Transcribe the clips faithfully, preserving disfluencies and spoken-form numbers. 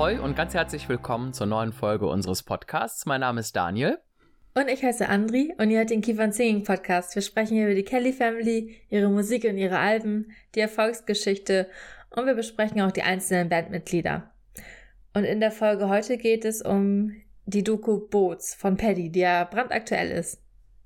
Ahoi und ganz herzlich willkommen zur neuen Folge unseres Podcasts. Mein Name ist Daniel. Und ich heiße Andri und ihr hört den Keep on Singing Podcast. Wir sprechen hier über die Kelly Family, ihre Musik und ihre Alben, die Erfolgsgeschichte und wir besprechen auch die einzelnen Bandmitglieder. Und in der Folge heute geht es um die Doku Boats von Paddy, die ja brandaktuell ist.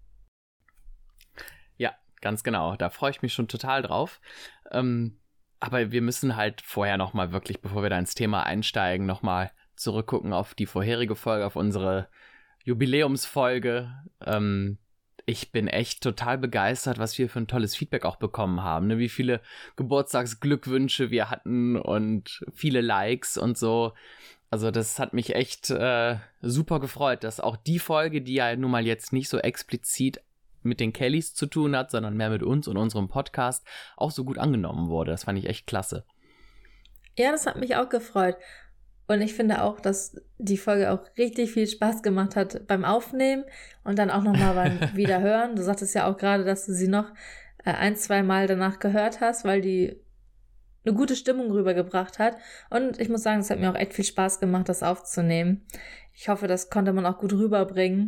Ja, ganz genau. Da freue ich mich schon total drauf. Ähm, aber wir müssen halt vorher nochmal wirklich, bevor wir da ins Thema einsteigen, nochmal zurückgucken auf die vorherige Folge, auf unsere Jubiläumsfolge. Ähm, ich bin echt total begeistert, was wir für ein tolles Feedback auch bekommen haben. Ne? Wie viele Geburtstagsglückwünsche wir hatten und viele Likes und so. Also das hat mich echt äh, super gefreut, dass auch die Folge, die ja nun mal jetzt nicht so explizit mit den Kellys zu tun hat, sondern mehr mit uns und unserem Podcast, auch so gut angenommen wurde. Das fand ich echt klasse. Ja, das hat mich auch gefreut. Und ich finde auch, dass die Folge auch richtig viel Spaß gemacht hat beim Aufnehmen und dann auch nochmal beim Wiederhören. Du sagtest ja auch gerade, dass du sie noch äh, ein, zwei Mal danach gehört hast, weil die eine gute Stimmung rübergebracht hat. Und ich muss sagen, es hat mir auch echt viel Spaß gemacht, das aufzunehmen. Ich hoffe, das konnte man auch gut rüberbringen.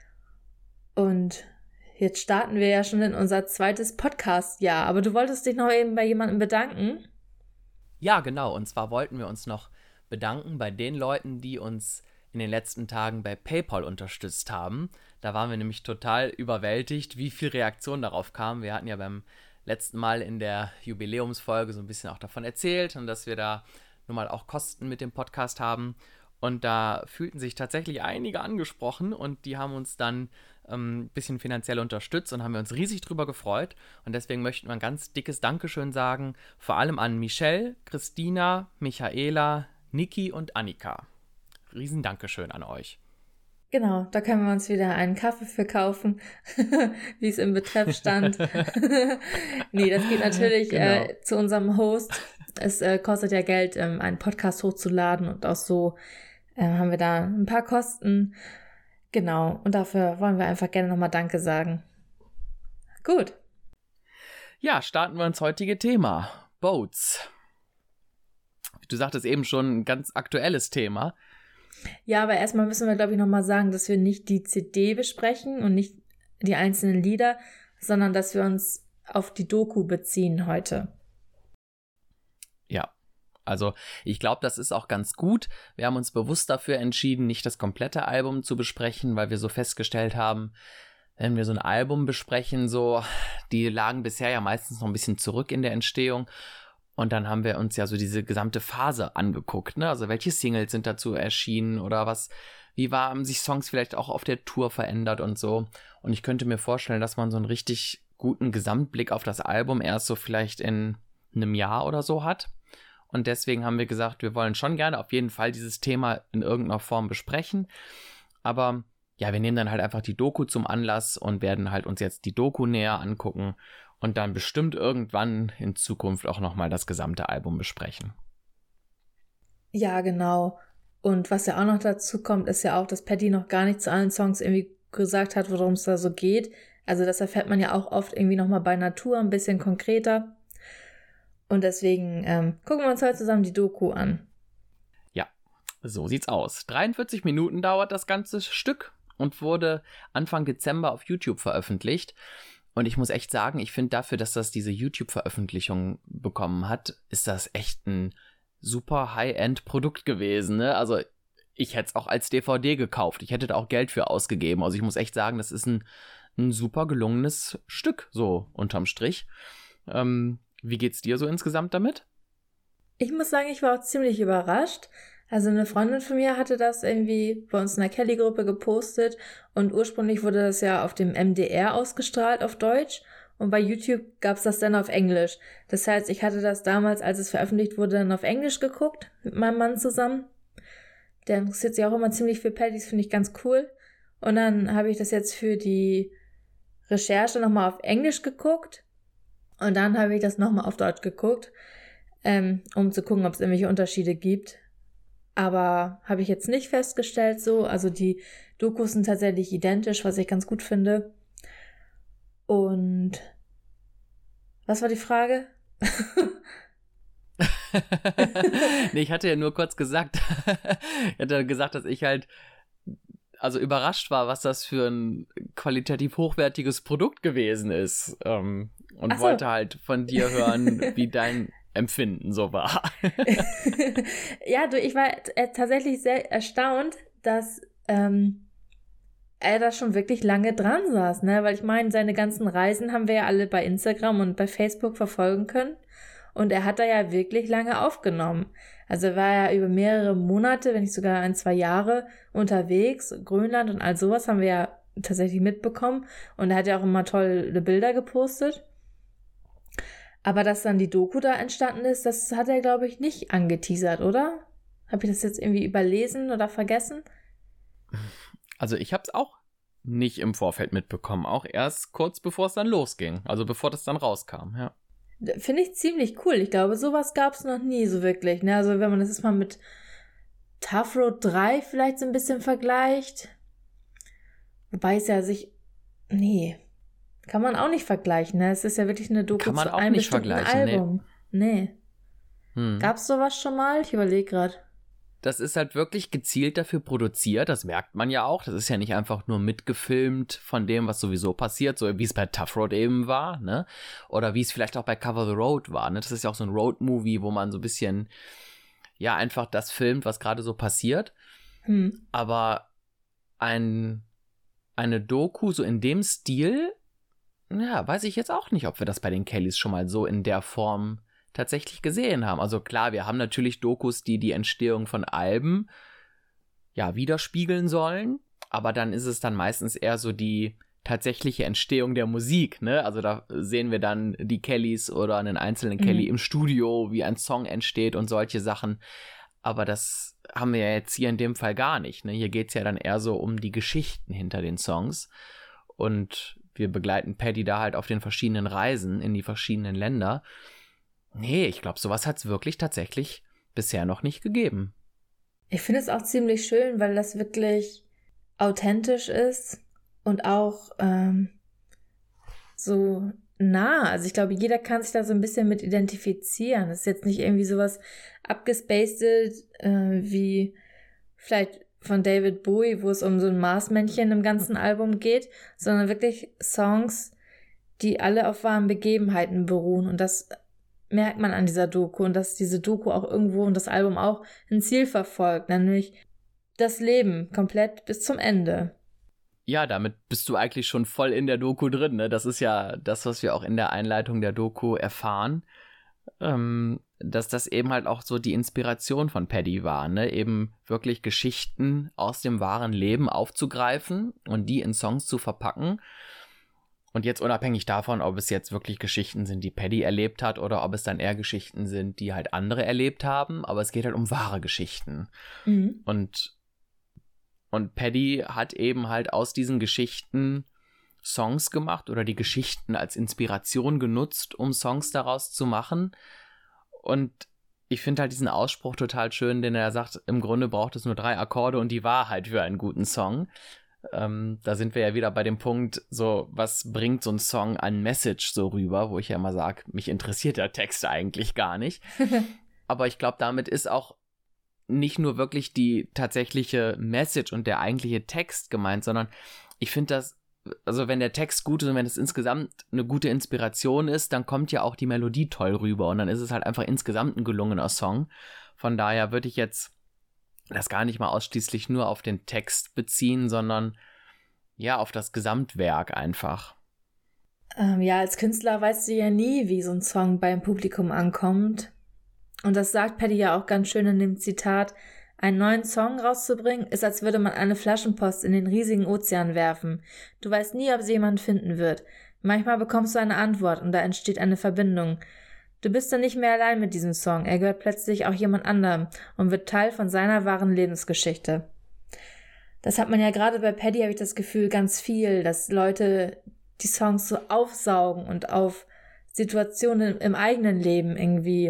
Und jetzt starten wir ja schon in unser zweites Podcast-Jahr. Aber du wolltest dich noch eben bei jemandem bedanken? Ja, genau. Und zwar wollten wir uns noch bedanken bei den Leuten, die uns in den letzten Tagen bei PayPal unterstützt haben. Da waren wir nämlich total überwältigt, wie viel Reaktion darauf kam. Wir hatten ja beim letzten Mal in der Jubiläumsfolge so ein bisschen auch davon erzählt und dass wir da nun mal auch Kosten mit dem Podcast haben. Und da fühlten sich tatsächlich einige angesprochen und die haben uns dann ähm, ein bisschen finanziell unterstützt und haben wir uns riesig drüber gefreut. Und deswegen möchten wir ein ganz dickes Dankeschön sagen, vor allem an Michelle, Christina, Michaela, Niki und Annika. Riesen Dankeschön an euch. Genau, da können wir uns wieder einen Kaffee für kaufen, wie es im Betreff stand. Nee, das geht natürlich genau. äh, zu unserem Host. Es äh, kostet ja Geld, ähm, einen Podcast hochzuladen und auch so äh, haben wir da ein paar Kosten. Genau, und dafür wollen wir einfach gerne nochmal Danke sagen. Gut. Ja, starten wir ins heutige Thema. Boats. Du sagtest eben schon, ein ganz aktuelles Thema. Ja, aber erstmal müssen wir, glaube ich, nochmal sagen, dass wir nicht die C D besprechen und nicht die einzelnen Lieder, sondern dass wir uns auf die Doku beziehen heute. Ja, also ich glaube, das ist auch ganz gut. Wir haben uns bewusst dafür entschieden, nicht das komplette Album zu besprechen, weil wir so festgestellt haben, wenn wir so ein Album besprechen, so, die lagen bisher ja meistens noch ein bisschen zurück in der Entstehung. Und dann haben wir uns ja so diese gesamte Phase angeguckt, ne? Also welche Singles sind dazu erschienen oder was, wie war, haben sich Songs vielleicht auch auf der Tour verändert und so. Und ich könnte mir vorstellen, dass man so einen richtig guten Gesamtblick auf das Album erst so vielleicht in einem Jahr oder so hat. Und deswegen haben wir gesagt, wir wollen schon gerne auf jeden Fall dieses Thema in irgendeiner Form besprechen. Aber ja, wir nehmen dann halt einfach die Doku zum Anlass und werden halt uns jetzt die Doku näher angucken. Und dann bestimmt irgendwann in Zukunft auch nochmal das gesamte Album besprechen. Ja, genau. Und was ja auch noch dazu kommt, ist ja auch, dass Paddy noch gar nicht zu allen Songs irgendwie gesagt hat, worum es da so geht. Also das erfährt man ja auch oft irgendwie nochmal bei Natur ein bisschen konkreter. Und deswegen ähm, gucken wir uns heute zusammen die Doku an. Ja, so sieht's aus. dreiundvierzig Minuten dauert das ganze Stück und wurde Anfang Dezember auf YouTube veröffentlicht. Und ich muss echt sagen, ich finde dafür, dass das diese YouTube-Veröffentlichung bekommen hat, ist das echt ein super High-End-Produkt gewesen, ne? Also ich hätte es auch als D V D gekauft. Ich hätte da auch Geld für ausgegeben. Also ich muss echt sagen, das ist ein, ein super gelungenes Stück, so unterm Strich. Ähm, wie geht's dir so insgesamt damit? Ich muss sagen, ich war auch ziemlich überrascht. Also eine Freundin von mir hatte das irgendwie bei uns in der Kelly-Gruppe gepostet und ursprünglich wurde das ja auf dem M D R ausgestrahlt auf Deutsch und bei YouTube gab es das dann auf Englisch. Das heißt, ich hatte das damals, als es veröffentlicht wurde, dann auf Englisch geguckt mit meinem Mann zusammen. Der interessiert sich auch immer ziemlich für Paddy, das finde ich ganz cool. Und dann habe ich das jetzt für die Recherche nochmal auf Englisch geguckt und dann habe ich das nochmal auf Deutsch geguckt, ähm, um zu gucken, ob es irgendwelche Unterschiede gibt. Aber habe ich jetzt nicht festgestellt so. Also die Dokus sind tatsächlich identisch, was ich ganz gut finde. Und was war die Frage? Nee, ich hatte ja nur kurz gesagt, ich hatte gesagt, dass ich halt also überrascht war, was das für ein qualitativ hochwertiges Produkt gewesen ist. Ähm, und Ach so. wollte halt von dir hören, wie dein Empfinden so war. Ja, du, ich war äh, tatsächlich sehr erstaunt, dass ähm, er da schon wirklich lange dran saß, ne? Weil ich meine, seine ganzen Reisen haben wir ja alle bei Instagram und bei Facebook verfolgen können. Und er hat da ja wirklich lange aufgenommen. Also er war ja über mehrere Monate, wenn nicht sogar ein, zwei Jahre unterwegs. Grönland und all sowas haben wir ja tatsächlich mitbekommen. Und er hat ja auch immer tolle Bilder gepostet. Aber dass dann die Doku da entstanden ist, das hat er, glaube ich, nicht angeteasert, oder? Habe ich das jetzt irgendwie überlesen oder vergessen? Also ich habe es auch nicht im Vorfeld mitbekommen. Auch erst kurz bevor es dann losging. Also bevor das dann rauskam, ja. Finde ich ziemlich cool. Ich glaube, sowas gab es noch nie so wirklich. Ne? Also wenn man das jetzt mal mit Tough Road drei vielleicht so ein bisschen vergleicht. Wobei es ja sich... Nee, kann man auch nicht vergleichen. Ne? Es ist ja wirklich eine Doku Kann man zu auch einem nicht bestimmten vergleichen, Album. Nee. nee. Hm. Gab es sowas schon mal? Ich überlege gerade. Das ist halt wirklich gezielt dafür produziert, das merkt man ja auch. Das ist ja nicht einfach nur mitgefilmt von dem, was sowieso passiert, so wie es bei Tough Road eben war, ne? Oder wie es vielleicht auch bei Cover the Road war, ne? Das ist ja auch so ein Road-Movie, wo man so ein bisschen, ja, einfach das filmt, was gerade so passiert. Hm. Aber ein, eine Doku so in dem Stil, ja, weiß ich jetzt auch nicht, ob wir das bei den Kellys schon mal so in der Form tatsächlich gesehen haben. Also klar, wir haben natürlich Dokus, die die Entstehung von Alben ja widerspiegeln sollen, aber dann ist es dann meistens eher so die tatsächliche Entstehung der Musik, ne? Also da sehen wir dann die Kellys oder einen einzelnen Kelly Mhm. im Studio, wie ein Song entsteht und solche Sachen. Aber das haben wir ja jetzt hier in dem Fall gar nicht, ne? Hier geht es ja dann eher so um die Geschichten hinter den Songs und wir begleiten Paddy da halt auf den verschiedenen Reisen in die verschiedenen Länder. Nee, ich glaube, sowas hat es wirklich tatsächlich bisher noch nicht gegeben. Ich finde es auch ziemlich schön, weil das wirklich authentisch ist und auch ähm, so nah. Also ich glaube, jeder kann sich da so ein bisschen mit identifizieren. Das ist jetzt nicht irgendwie sowas abgespaced äh, wie vielleicht von David Bowie, wo es um so ein Marsmännchen im ganzen Album geht, sondern wirklich Songs, die alle auf wahren Begebenheiten beruhen. Und das merkt man an dieser Doku und dass diese Doku auch irgendwo und das Album auch ein Ziel verfolgt, nämlich das Leben komplett bis zum Ende. Ja, damit bist du eigentlich schon voll in der Doku drin, ne? Das ist ja das, was wir auch in der Einleitung der Doku erfahren, ähm, dass das eben halt auch so die Inspiration von Paddy war, ne? Eben wirklich Geschichten aus dem wahren Leben aufzugreifen und die in Songs zu verpacken. Und jetzt unabhängig davon, ob es jetzt wirklich Geschichten sind, die Paddy erlebt hat oder ob es dann eher Geschichten sind, die halt andere erlebt haben, aber es geht halt um wahre Geschichten. Mhm. Und, und Paddy hat eben halt aus diesen Geschichten Songs gemacht oder die Geschichten als Inspiration genutzt, um Songs daraus zu machen. Und ich finde halt diesen Ausspruch total schön, denn er sagt, im Grunde braucht es nur drei Akkorde und die Wahrheit für einen guten Song. Ähm, da sind wir ja wieder bei dem Punkt, so, was bringt so ein Song an Message so rüber, wo ich ja immer sage, mich interessiert der Text eigentlich gar nicht. Aber ich glaube, damit ist auch nicht nur wirklich die tatsächliche Message und der eigentliche Text gemeint, sondern ich finde das, also wenn der Text gut ist und wenn es insgesamt eine gute Inspiration ist, dann kommt ja auch die Melodie toll rüber und dann ist es halt einfach insgesamt ein gelungener Song. Von daher würde ich jetzt das gar nicht mal ausschließlich nur auf den Text beziehen, sondern ja, auf das Gesamtwerk einfach. Ähm, ja, als Künstler weißt du ja nie, wie so ein Song beim Publikum ankommt. Und das sagt Paddy ja auch ganz schön in dem Zitat: Einen neuen Song rauszubringen, ist, als würde man eine Flaschenpost in den riesigen Ozean werfen. Du weißt nie, ob sie jemand finden wird. Manchmal bekommst du eine Antwort und da entsteht eine Verbindung. Du bist dann nicht mehr allein mit diesem Song. Er gehört plötzlich auch jemand anderem und wird Teil von seiner wahren Lebensgeschichte. Das hat man ja gerade bei Paddy, habe ich das Gefühl, ganz viel, dass Leute die Songs so aufsaugen und auf Situationen im eigenen Leben irgendwie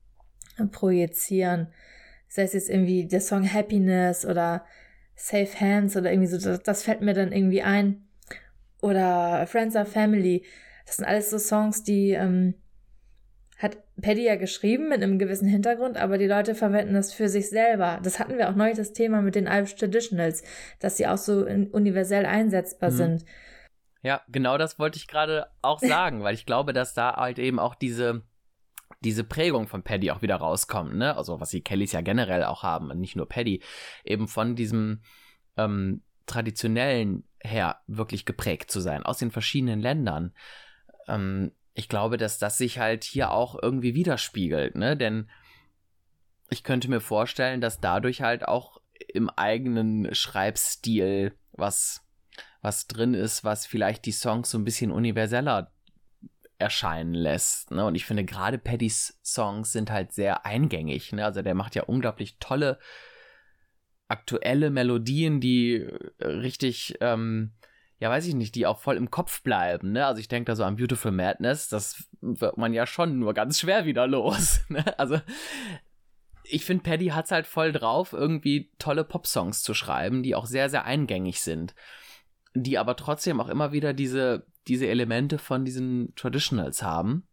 projizieren. Sei es jetzt irgendwie der Song Happiness oder Safe Hands oder irgendwie so, das, das fällt mir dann irgendwie ein. Oder Friends are Family. Das sind alles so Songs, die ähm, hat Paddy ja geschrieben mit einem gewissen Hintergrund, aber die Leute verwenden das für sich selber. Das hatten wir auch neulich, das Thema mit den Irish Traditionals, dass sie auch so universell einsetzbar mhm. sind. Ja, genau das wollte ich gerade auch sagen, weil ich glaube, dass da halt eben auch diese, diese Prägung von Paddy auch wieder rauskommt, ne? Also was die Kellys ja generell auch haben, und nicht nur Paddy, eben von diesem ähm, traditionellen her wirklich geprägt zu sein, aus den verschiedenen Ländern. Ähm, ich glaube, dass das sich halt hier auch irgendwie widerspiegelt, ne? Denn ich könnte mir vorstellen, dass dadurch halt auch im eigenen Schreibstil was, was drin ist, was vielleicht die Songs so ein bisschen universeller erscheinen lässt, ne? Und ich finde, gerade Paddys Songs sind halt sehr eingängig, ne? Also der macht ja unglaublich tolle, aktuelle Melodien, die richtig, ähm, ja, weiß ich nicht, die auch voll im Kopf bleiben, ne? Also ich denke da so an Beautiful Madness, das wird man ja schon nur ganz schwer wieder los, ne? Also ich finde, Paddy hat's halt voll drauf, irgendwie tolle Popsongs zu schreiben, die auch sehr, sehr eingängig sind, die aber trotzdem auch immer wieder diese, diese Elemente von diesen Traditionals haben.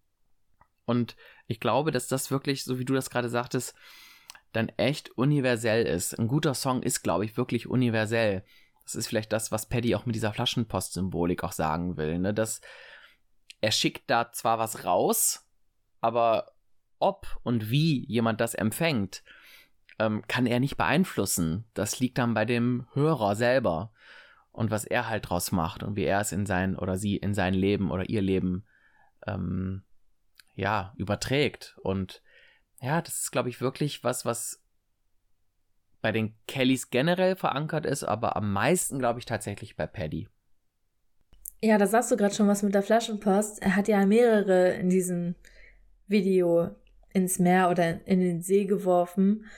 Und ich glaube, dass das wirklich, so wie du das gerade sagtest, dann echt universell ist. Ein guter Song ist, glaube ich, wirklich universell. Das ist vielleicht das, was Paddy auch mit dieser Flaschenpost-Symbolik auch sagen will, ne? Dass er schickt da zwar was raus, aber ob und wie jemand das empfängt, ähm, kann er nicht beeinflussen. Das liegt dann bei dem Hörer selber und was er halt draus macht und wie er es in sein oder sie in sein Leben oder ihr Leben ähm, ja, überträgt. Und ja, das ist, glaube ich, wirklich was, was bei den Kellys generell verankert ist, aber am meisten, glaube ich, tatsächlich bei Paddy. Ja, da sagst du gerade schon was mit der Flaschenpost. Er hat ja mehrere in diesem Video ins Meer oder in den See geworfen.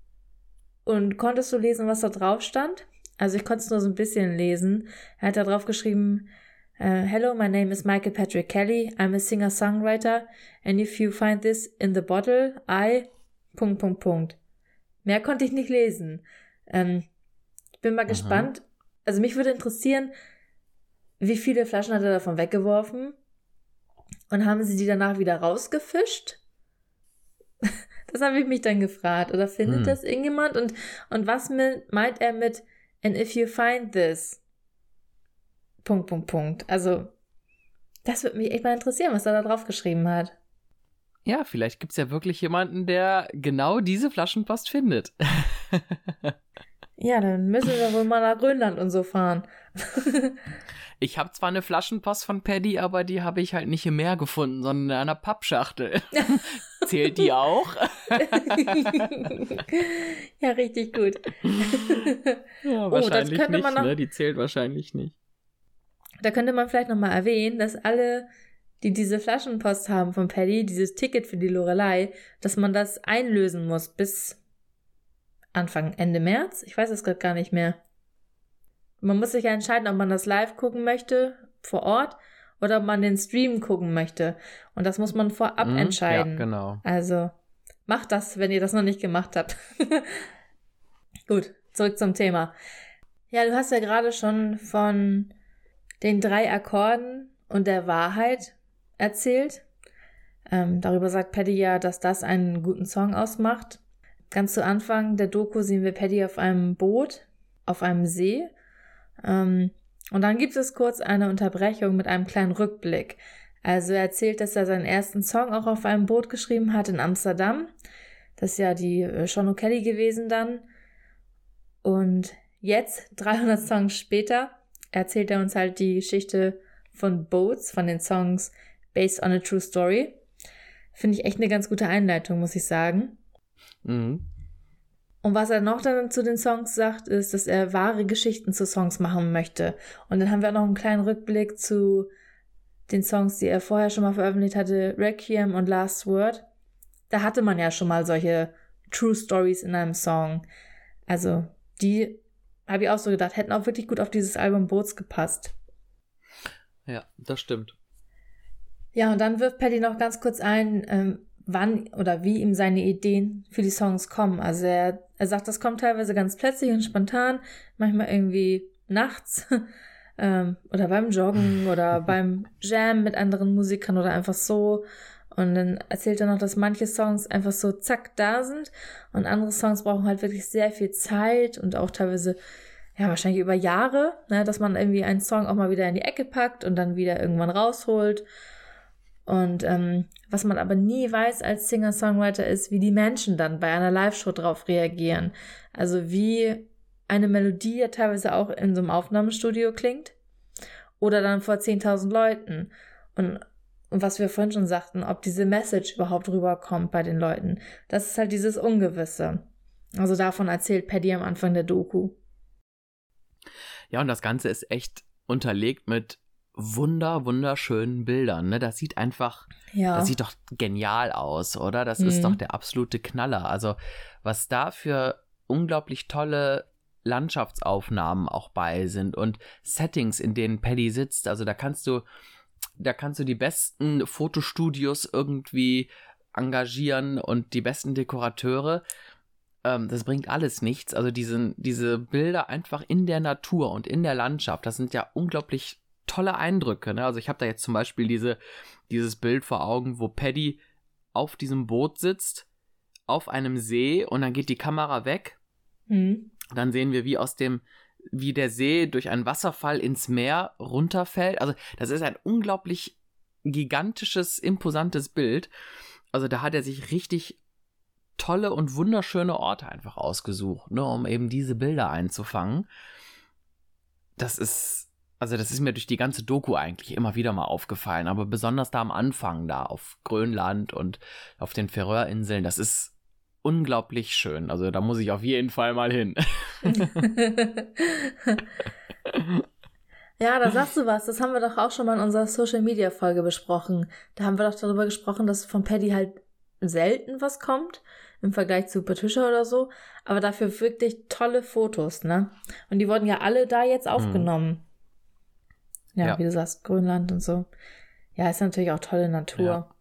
Und konntest du lesen, was da drauf stand? Also ich konnte es nur so ein bisschen lesen. Er hat da drauf geschrieben, Hello, my name is Michael Patrick Kelly. I'm a singer-songwriter. And if you find this in the bottle, I... Punkt, Punkt, Punkt. Mehr konnte ich nicht lesen. Ähm, ich bin mal Aha. gespannt. Also mich würde interessieren, wie viele Flaschen hat er davon weggeworfen? Und haben sie die danach wieder rausgefischt? Das habe ich mich dann gefragt. Oder findet hm. das irgendjemand? Und, und was mit, meint er mit and if you find this? Punkt, Punkt, Punkt. Also, das würde mich echt mal interessieren, was er da drauf geschrieben hat. Ja, vielleicht gibt es ja wirklich jemanden, der genau diese Flaschenpost findet. Ja, dann müssen wir wohl mal nach Grönland und so fahren. Ich habe zwar eine Flaschenpost von Paddy, aber die habe ich halt nicht im Meer gefunden, sondern in einer Pappschachtel. Zählt die auch? Ja, richtig gut. Ja, wahrscheinlich oh, nicht, noch, ne? Die zählt wahrscheinlich nicht. Da könnte man vielleicht nochmal erwähnen, dass alle, die diese Flaschenpost haben von Paddy, dieses Ticket für die Loreley, dass man das einlösen muss bis Anfang, Ende März. Ich weiß es gerade gar nicht mehr. Man muss sich ja entscheiden, ob man das live gucken möchte, vor Ort, oder ob man den Stream gucken möchte. Und das muss man vorab mhm, entscheiden. Ja, genau. Also macht das, wenn ihr das noch nicht gemacht habt. Gut, zurück zum Thema. Ja, du hast ja gerade schon von den drei Akkorden und der Wahrheit erzählt. Ähm, darüber sagt Paddy ja, dass das einen guten Song ausmacht. Ganz zu Anfang der Doku sehen wir Paddy auf einem Boot, auf einem See. Ähm, und dann gibt es kurz eine Unterbrechung mit einem kleinen Rückblick. Also er erzählt, dass er seinen ersten Song auch auf einem Boot geschrieben hat in Amsterdam. Das ist ja die äh, Sean O'Kelly gewesen dann. Und jetzt, dreihundert Songs später, erzählt er uns halt die Geschichte von Boats, von den Songs Based on a True Story. Finde ich echt eine ganz gute Einleitung, muss ich sagen. Mhm. Und was er noch dann zu den Songs sagt, ist, dass er wahre Geschichten zu Songs machen möchte. Und dann haben wir auch noch einen kleinen Rückblick zu den Songs, die er vorher schon mal veröffentlicht hatte, Requiem und Last Word. Da hatte man ja schon mal solche True Stories in einem Song. Also die, habe ich auch so gedacht, hätten auch wirklich gut auf dieses Album Boats gepasst. Ja, das stimmt. Ja, und dann wirft Paddy noch ganz kurz ein, ähm, wann oder wie ihm seine Ideen für die Songs kommen. Also er, er sagt, das kommt teilweise ganz plötzlich und spontan, manchmal irgendwie nachts ähm, oder beim Joggen oder beim Jam mit anderen Musikern oder einfach so. Und dann erzählt er noch, dass manche Songs einfach so zack da sind und andere Songs brauchen halt wirklich sehr viel Zeit und auch teilweise, ja, wahrscheinlich über Jahre, ne, dass man irgendwie einen Song auch mal wieder in die Ecke packt und dann wieder irgendwann rausholt. Und ähm, was man aber nie weiß als Singer-Songwriter ist, wie die Menschen dann bei einer Live-Show drauf reagieren. Also wie eine Melodie ja teilweise auch in so einem Aufnahmestudio klingt oder dann vor zehntausend Leuten. Und, und was wir vorhin schon sagten, ob diese Message überhaupt rüberkommt bei den Leuten. Das ist halt dieses Ungewisse. Also davon erzählt Paddy am Anfang der Doku. Ja, und das Ganze ist echt unterlegt mit wunder, wunderschönen Bildern, ne? Das sieht einfach, ja. das sieht doch genial aus, oder? Das Mhm. ist doch der absolute Knaller. Also, was da für unglaublich tolle Landschaftsaufnahmen auch bei sind und Settings, in denen Paddy sitzt. Also, da kannst du, da kannst du die besten Fotostudios irgendwie engagieren und die besten Dekorateure. Ähm, das bringt alles nichts. Also, diese, diese Bilder einfach in der Natur und in der Landschaft, das sind ja unglaublich tolle Eindrücke, ne? Also ich habe da jetzt zum Beispiel diese, dieses Bild vor Augen, wo Paddy auf diesem Boot sitzt, auf einem See und dann geht die Kamera weg. Mhm. Dann sehen wir, wie aus dem, wie der See durch einen Wasserfall ins Meer runterfällt. Also das ist ein unglaublich gigantisches, imposantes Bild. Also da hat er sich richtig tolle und wunderschöne Orte einfach ausgesucht, ne, um eben diese Bilder einzufangen. Das ist Also das ist mir durch die ganze Doku eigentlich immer wieder mal aufgefallen, aber besonders da am Anfang, da auf Grönland und auf den Färöerinseln, das ist unglaublich schön. Also da muss ich auf jeden Fall mal hin. Ja, da sagst du was. Das haben wir doch auch schon mal in unserer Social-Media-Folge besprochen. Da haben wir doch darüber gesprochen, dass von Paddy halt selten was kommt im Vergleich zu Patricia oder so, aber dafür wirklich tolle Fotos, ne? Und die wurden ja alle da jetzt aufgenommen. Mhm. Ja, ja, wie du sagst, Grönland und so. Ja, ist natürlich auch tolle Natur. Ja,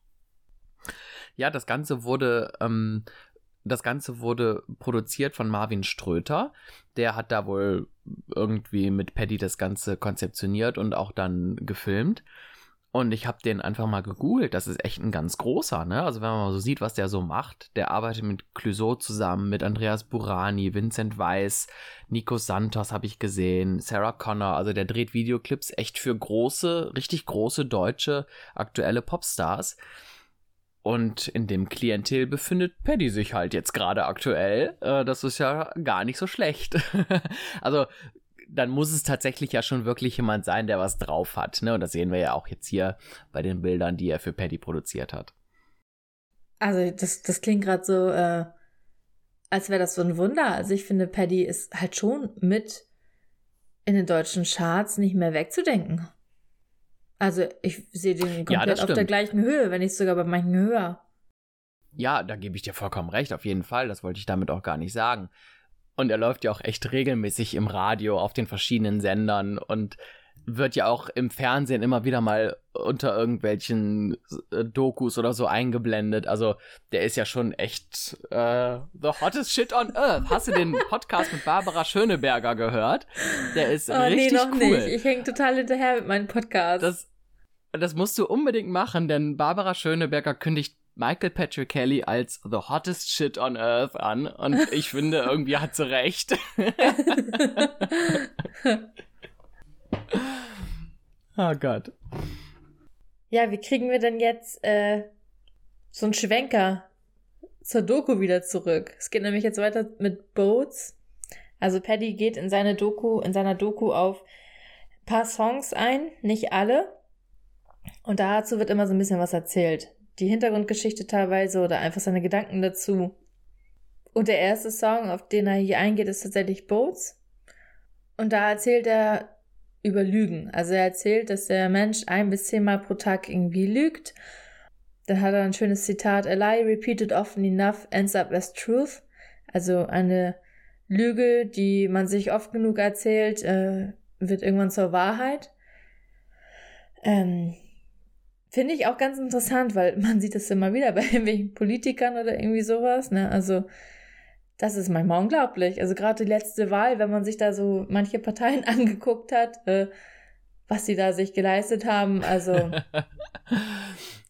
ja das Ganze wurde, ähm, das Ganze wurde produziert von Marvin Ströter. Der hat da wohl irgendwie mit Paddy das Ganze konzeptioniert und auch dann gefilmt. Und ich habe den einfach mal gegoogelt. Das ist echt ein ganz großer, ne? Also wenn man mal so sieht, was der so macht. Der arbeitet mit Clouseau zusammen, mit Andreas Burani, Vincent Weiss, Nico Santos habe ich gesehen, Sarah Connor. Also der dreht Videoclips echt für große, richtig große deutsche aktuelle Popstars. Und in dem Klientel befindet Paddy sich halt jetzt gerade aktuell. Äh, das ist ja gar nicht so schlecht. Also dann muss es tatsächlich ja schon wirklich jemand sein, der was drauf hat, ne? Und das sehen wir ja auch jetzt hier bei den Bildern, die er für Paddy produziert hat. Also das, das klingt gerade so, äh, als wäre das so ein Wunder. Also ich finde, Paddy ist halt schon mit in den deutschen Charts nicht mehr wegzudenken. Also ich sehe den komplett ja, auf der gleichen Höhe, wenn nicht sogar bei manchen höher. Ja, da gebe ich dir vollkommen recht, auf jeden Fall. Das wollte ich damit auch gar nicht sagen. Und er läuft ja auch echt regelmäßig im Radio auf den verschiedenen Sendern und wird ja auch im Fernsehen immer wieder mal unter irgendwelchen äh, Dokus oder so eingeblendet. Also der ist ja schon echt äh, the hottest shit on earth. Hast du den Podcast mit Barbara Schöneberger gehört? Der ist oh, richtig nee, noch cool. Nicht. Ich hänge total hinterher mit meinem Podcast. Das, das musst du unbedingt machen, denn Barbara Schöneberger kündigt Michael Patrick Kelly als the hottest shit on earth an und ich finde, irgendwie hat sie recht. Oh Gott. Ja, wie kriegen wir denn jetzt äh, so einen Schwenker zur Doku wieder zurück? Es geht nämlich jetzt weiter mit Boats. Also Paddy geht in seine Doku, in seiner Doku auf ein paar Songs ein, nicht alle. Und dazu wird immer so ein bisschen was erzählt. Die Hintergrundgeschichte teilweise oder einfach seine Gedanken dazu. Und der erste Song, auf den er hier eingeht, ist tatsächlich Boats. Und da erzählt er über Lügen. Also er erzählt, dass der Mensch ein bis zehnmal pro Tag irgendwie lügt. Dann hat er ein schönes Zitat: A lie repeated often enough ends up as truth. Also eine Lüge, die man sich oft genug erzählt, äh, wird irgendwann zur Wahrheit. Ähm... Finde ich auch ganz interessant, weil man sieht das immer wieder bei irgendwelchen Politikern oder irgendwie sowas, ne? Also das ist manchmal unglaublich. Also gerade die letzte Wahl, wenn man sich da so manche Parteien angeguckt hat, äh, was sie da sich geleistet haben, also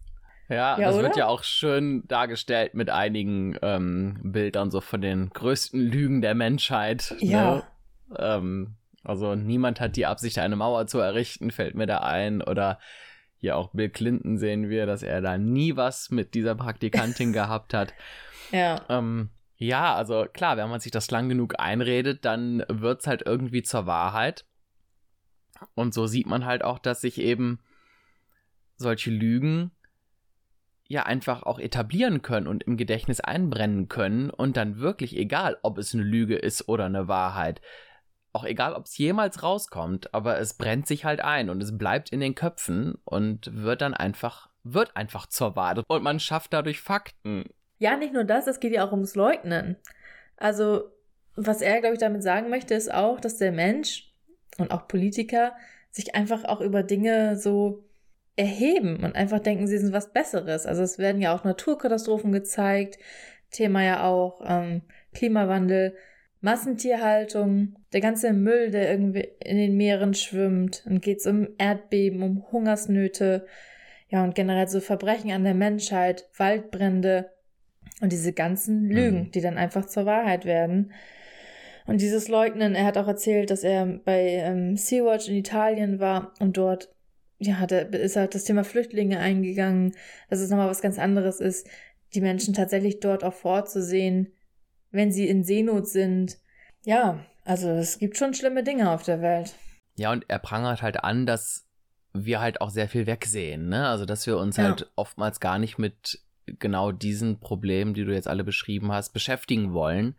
Ja, Ja, das wird oder? ja auch schön dargestellt mit einigen ähm, Bildern so von den größten Lügen der Menschheit. Ne? Ja. Ähm, also niemand hat die Absicht, eine Mauer zu errichten, fällt mir da ein. Oder hier auch Bill Clinton sehen wir, dass er da nie was mit dieser Praktikantin gehabt hat. Ja. Ähm, ja, also klar, wenn man sich das lang genug einredet, dann wird's halt irgendwie zur Wahrheit. Und so sieht man halt auch, dass sich eben solche Lügen ja einfach auch etablieren können und im Gedächtnis einbrennen können und dann wirklich egal, ob es eine Lüge ist oder eine Wahrheit, auch egal, ob es jemals rauskommt, aber es brennt sich halt ein und es bleibt in den Köpfen und wird dann einfach, wird einfach zur Wahrheit und man schafft dadurch Fakten. Ja, nicht nur das, es geht ja auch ums Leugnen. Also, was er, glaube ich, damit sagen möchte, ist auch, dass der Mensch und auch Politiker sich einfach auch über Dinge so erheben und einfach denken, sie sind was Besseres. Also es werden ja auch Naturkatastrophen gezeigt, Thema ja auch ähm, Klimawandel, Massentierhaltung, der ganze Müll, der irgendwie in den Meeren schwimmt. Dann geht es um Erdbeben, um Hungersnöte, ja und generell so Verbrechen an der Menschheit, Waldbrände und diese ganzen Lügen, Mhm. die dann einfach zur Wahrheit werden. Und dieses Leugnen, er hat auch erzählt, dass er bei ähm, Sea-Watch in Italien war und dort ja, hat er, ist halt das Thema Flüchtlinge eingegangen, dass es nochmal was ganz anderes ist, die Menschen tatsächlich dort auch vor Ort zu sehen, wenn sie in Seenot sind. Ja, also es gibt schon schlimme Dinge auf der Welt. Ja, und er prangert halt an, dass wir halt auch sehr viel wegsehen, ne? Also, dass wir uns Ja. halt oftmals gar nicht mit genau diesen Problemen, die du jetzt alle beschrieben hast, beschäftigen wollen.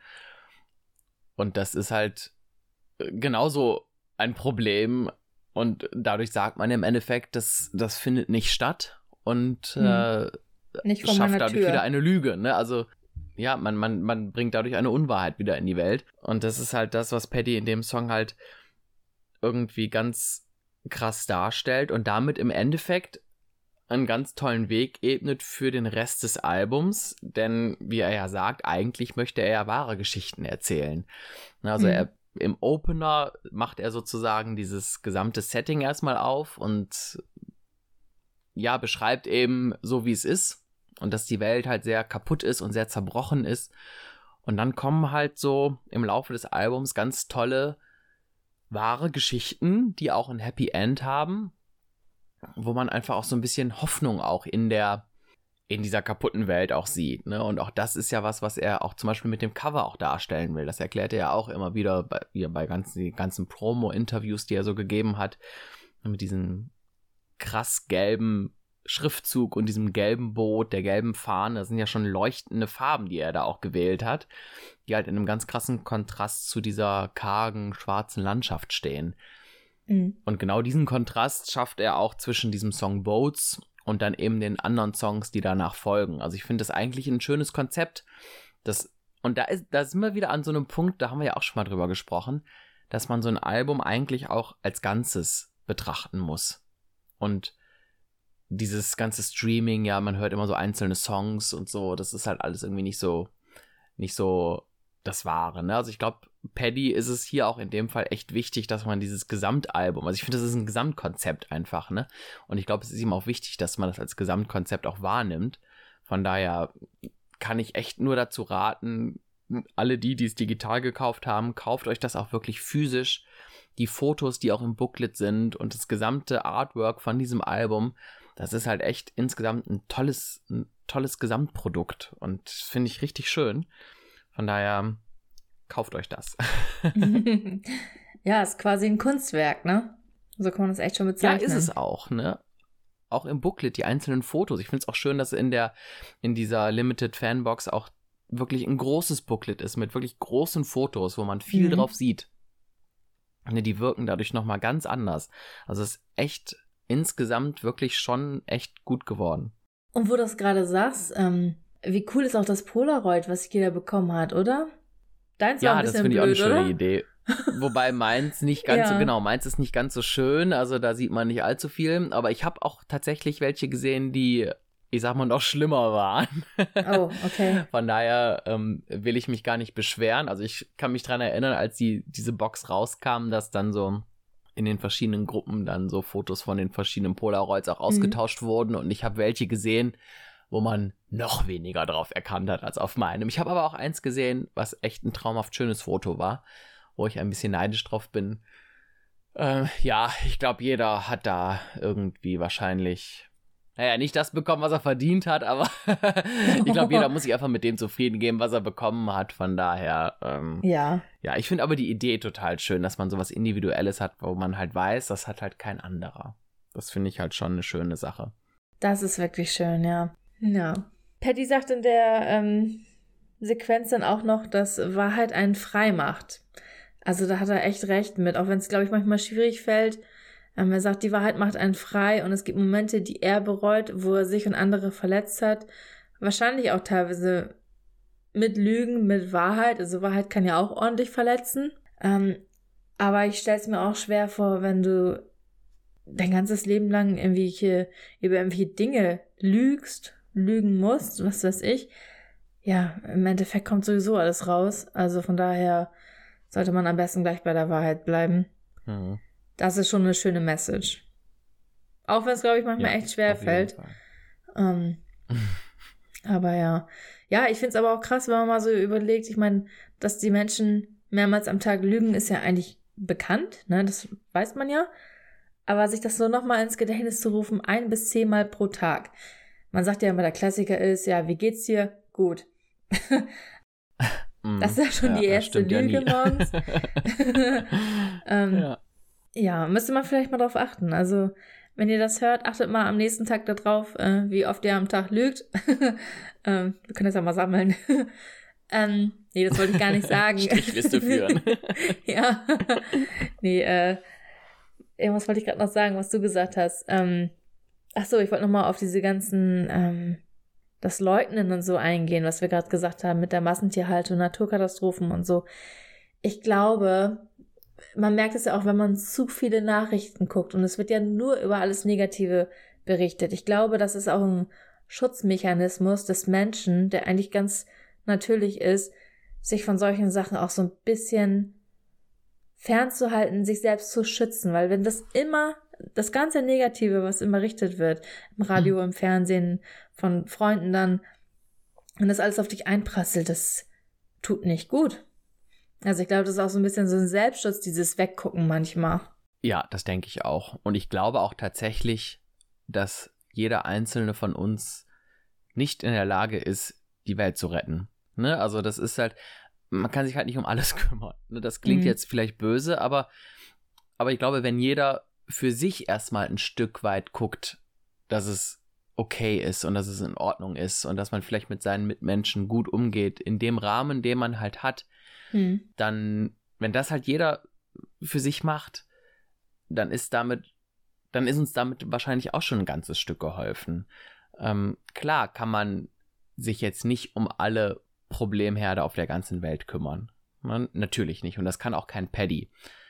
Und das ist halt genauso ein Problem. Und dadurch sagt man im Endeffekt, das, das findet nicht statt und Hm. äh, Nicht vor schafft meiner dadurch Tür. wieder eine Lüge. Ne? Also ja, man, man, man bringt dadurch eine Unwahrheit wieder in die Welt. Und das ist halt das, was Paddy in dem Song halt irgendwie ganz krass darstellt und damit im Endeffekt einen ganz tollen Weg ebnet für den Rest des Albums. Denn, wie er ja sagt, eigentlich möchte er ja wahre Geschichten erzählen. Also Hm. er im Opener macht er sozusagen dieses gesamte Setting erstmal auf und ja, beschreibt eben so, wie es ist und dass die Welt halt sehr kaputt ist und sehr zerbrochen ist. Und dann kommen halt so im Laufe des Albums ganz tolle, wahre Geschichten, die auch ein Happy End haben, wo man einfach auch so ein bisschen Hoffnung auch in der in dieser kaputten Welt auch sieht, ne? Und auch das ist ja was, was er auch zum Beispiel mit dem Cover auch darstellen will. Das erklärt er ja auch immer wieder bei, hier bei ganzen, ganzen Promo-Interviews, die er so gegeben hat, mit diesem krass gelben Schriftzug und diesem gelben Boot, der gelben Fahne. Das sind ja schon leuchtende Farben, die er da auch gewählt hat, die halt in einem ganz krassen Kontrast zu dieser kargen, schwarzen Landschaft stehen. Mhm. Und genau diesen Kontrast schafft er auch zwischen diesem Song Boats und dann eben den anderen Songs, die danach folgen. Also ich finde das eigentlich ein schönes Konzept. Das, und da, ist, da sind wir wieder an so einem Punkt, da haben wir ja auch schon mal drüber gesprochen, dass man so ein Album eigentlich auch als Ganzes betrachten muss. Und dieses ganze Streaming, ja, man hört immer so einzelne Songs und so, das ist halt alles irgendwie nicht so, nicht so das Wahre, ne? Also ich glaube, Paddy ist es hier auch in dem Fall echt wichtig, dass man dieses Gesamtalbum, also ich finde, das ist ein Gesamtkonzept einfach, ne? Und ich glaube, es ist ihm auch wichtig, dass man das als Gesamtkonzept auch wahrnimmt. Von daher kann ich echt nur dazu raten, alle die, die es digital gekauft haben, kauft euch das auch wirklich physisch. Die Fotos, die auch im Booklet sind und das gesamte Artwork von diesem Album, das ist halt echt insgesamt ein tolles, ein tolles Gesamtprodukt und finde ich richtig schön. Von daher kauft euch das. Ja, ist quasi ein Kunstwerk, ne? So kann man das echt schon Ja, bezeichnen. ist es auch, ne? Auch im Booklet, die einzelnen Fotos. Ich finde es auch schön, dass in der, in dieser Limited Fanbox auch wirklich ein großes Booklet ist mit wirklich großen Fotos, wo man viel Mhm. drauf sieht. Ne, die wirken dadurch nochmal ganz anders. Also es ist echt insgesamt wirklich schon echt gut geworden. Und wo du das gerade sagst, ähm, wie cool ist auch das Polaroid, was jeder bekommen hat, oder? Deins war Ja, ein das bisschen finde ich auch eine blöd, schöne oder? Idee. Wobei meins nicht ganz so, Ja. genau, meins ist nicht ganz so schön, also da sieht man nicht allzu viel, aber ich habe auch tatsächlich welche gesehen, die, ich sag mal, noch schlimmer waren. Oh, okay. Von daher ähm, will ich mich gar nicht beschweren. Also ich kann mich dran erinnern, als die, diese Box rauskam, dass dann so in den verschiedenen Gruppen dann so Fotos von den verschiedenen Polaroids auch ausgetauscht mhm. wurden und ich habe welche gesehen, wo man noch weniger drauf erkannt hat als auf meinem. Ich habe aber auch eins gesehen, was echt ein traumhaft schönes Foto war, wo ich ein bisschen neidisch drauf bin. Äh, ja, ich glaube, jeder hat da irgendwie wahrscheinlich, naja, nicht das bekommen, was er verdient hat, aber ich glaube, jeder muss sich einfach mit dem zufrieden geben, was er bekommen hat. Von daher, ähm, ja. Ja, ich finde aber die Idee total schön, dass man sowas Individuelles hat, wo man halt weiß, das hat halt kein anderer. Das finde ich halt schon eine schöne Sache. Das ist wirklich schön, ja. Ja. Patty sagt in der ähm, Sequenz dann auch noch, dass Wahrheit einen frei macht. Also da hat er echt recht mit, auch wenn es, glaube ich, manchmal schwierig fällt. Ähm, er sagt, die Wahrheit macht einen frei und es gibt Momente, die er bereut, wo er sich und andere verletzt hat. Wahrscheinlich auch teilweise mit Lügen, mit Wahrheit. Also Wahrheit kann ja auch ordentlich verletzen. Ähm, aber ich stelle es mir auch schwer vor, wenn du dein ganzes Leben lang irgendwelche, über irgendwelche Dinge lügst, lügen musst, was weiß ich. Ja, im Endeffekt kommt sowieso alles raus. Also von daher sollte man am besten gleich bei der Wahrheit bleiben. Mhm. Das ist schon eine schöne Message. Auch wenn es, glaube ich, manchmal ja, echt schwer fällt. Ähm, aber ja. Ja, ich finde es aber auch krass, wenn man mal so überlegt, ich meine, dass die Menschen mehrmals am Tag lügen, ist ja eigentlich bekannt, ne? Das weiß man ja. Aber sich das so nochmal ins Gedächtnis zu rufen, ein bis zehnmal pro Tag. Man sagt ja immer, der Klassiker ist, ja, wie geht's dir? Gut. Das ist ja schon ja, die erste Lüge ja morgens. ähm, ja. ja, müsste man vielleicht mal drauf achten. Also, wenn ihr das hört, achtet mal am nächsten Tag darauf, äh, wie oft ihr am Tag lügt. ähm, wir können das ja mal sammeln. ähm, nee, das wollte ich gar nicht sagen. Strichliste führen. ja. nee, äh, irgendwas wollte ich gerade noch sagen, was du gesagt hast. Ähm, ach so, ich wollte nochmal auf diese ganzen, ähm, das Leugnen und so eingehen, was wir gerade gesagt haben mit der Massentierhaltung, Naturkatastrophen und so. Ich glaube, man merkt es ja auch, wenn man zu viele Nachrichten guckt und es wird ja nur über alles Negative berichtet. Ich glaube, das ist auch ein Schutzmechanismus des Menschen, der eigentlich ganz natürlich ist, sich von solchen Sachen auch so ein bisschen fernzuhalten, sich selbst zu schützen, weil wenn das immer, das ganze Negative, was immer berichtet wird, im Radio, im Fernsehen, von Freunden dann, wenn das alles auf dich einprasselt, das tut nicht gut. Also ich glaube, das ist auch so ein bisschen so ein Selbstschutz, dieses Weggucken manchmal. Ja, das denke ich auch. Und ich glaube auch tatsächlich, dass jeder Einzelne von uns nicht in der Lage ist, die Welt zu retten. Ne? Also das ist halt, man kann sich halt nicht um alles kümmern. Ne? Das klingt mhm. jetzt vielleicht böse, aber, aber ich glaube, wenn jeder für sich erstmal ein Stück weit guckt, dass es okay ist und dass es in Ordnung ist und dass man vielleicht mit seinen Mitmenschen gut umgeht, in dem Rahmen, den man halt hat, hm. dann, wenn das halt jeder für sich macht, dann ist damit, dann ist uns damit wahrscheinlich auch schon ein ganzes Stück geholfen. Ähm, klar kann man sich jetzt nicht um alle Problemherde auf der ganzen Welt kümmern. Man, natürlich nicht. Und das kann auch kein Paddy.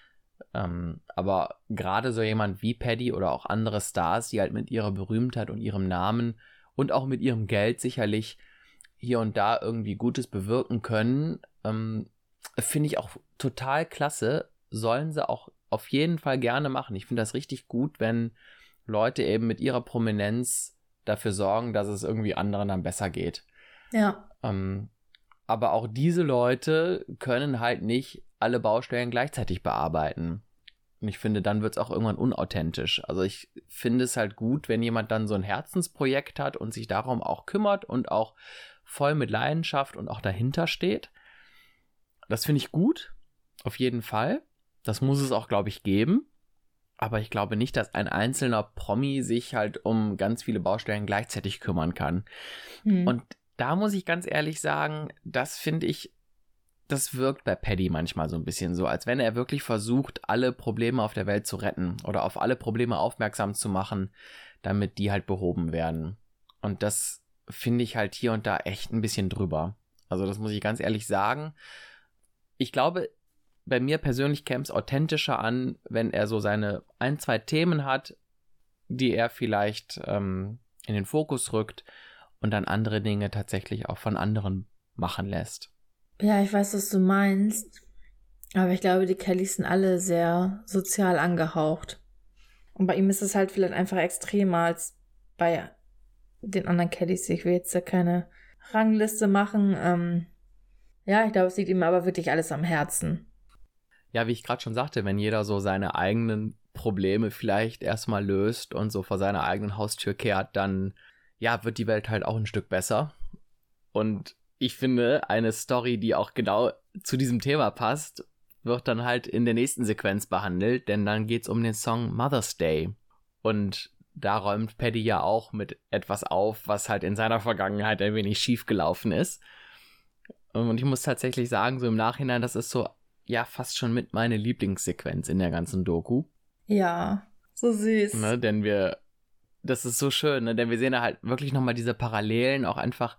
Ähm, aber gerade so jemand wie Paddy oder auch andere Stars, die halt mit ihrer Berühmtheit und ihrem Namen und auch mit ihrem Geld sicherlich hier und da irgendwie Gutes bewirken können, ähm, finde ich auch total klasse. Sollen sie auch auf jeden Fall gerne machen. Ich finde das richtig gut, wenn Leute eben mit ihrer Prominenz dafür sorgen, dass es irgendwie anderen dann besser geht. Ja. Ähm, aber auch diese Leute können halt nicht alle Baustellen gleichzeitig bearbeiten. Und ich finde, dann wird es auch irgendwann unauthentisch. Also ich finde es halt gut, wenn jemand dann so ein Herzensprojekt hat und sich darum auch kümmert und auch voll mit Leidenschaft und auch dahinter steht. Das finde ich gut, auf jeden Fall. Das muss es auch, glaube ich, geben. Aber ich glaube nicht, dass ein einzelner Promi sich halt um ganz viele Baustellen gleichzeitig kümmern kann. Hm. Und da muss ich ganz ehrlich sagen, das finde ich, das wirkt bei Paddy manchmal so ein bisschen so, als wenn er wirklich versucht, alle Probleme auf der Welt zu retten oder auf alle Probleme aufmerksam zu machen, damit die halt behoben werden. Und das finde ich halt hier und da echt ein bisschen drüber. Also das muss ich ganz ehrlich sagen. Ich glaube, bei mir persönlich käme es authentischer an, wenn er so seine ein, zwei Themen hat, die er vielleicht ähm, in den Fokus rückt und dann andere Dinge tatsächlich auch von anderen machen lässt. Ja, ich weiß, was du meinst. Aber ich glaube, die Kellys sind alle sehr sozial angehaucht. Und bei ihm ist es halt vielleicht einfach extremer als bei den anderen Kellys. Ich will jetzt da keine Rangliste machen. Ähm, ja, ich glaube, es liegt ihm aber wirklich alles am Herzen. Ja, wie ich gerade schon sagte, wenn jeder so seine eigenen Probleme vielleicht erstmal löst und so vor seiner eigenen Haustür kehrt, dann ja, wird die Welt halt auch ein Stück besser. Und ich finde, eine Story, die auch genau zu diesem Thema passt, wird dann halt in der nächsten Sequenz behandelt, denn dann geht's um den Song Mother's Day. Und da räumt Paddy ja auch mit etwas auf, was halt in seiner Vergangenheit ein wenig schief gelaufen ist. Und ich muss tatsächlich sagen, so im Nachhinein, das ist so, ja, fast schon mit meine Lieblingssequenz in der ganzen Doku. Ja, so süß. Ne, denn wir, das ist so schön, ne, denn wir sehen da halt wirklich nochmal diese Parallelen, auch einfach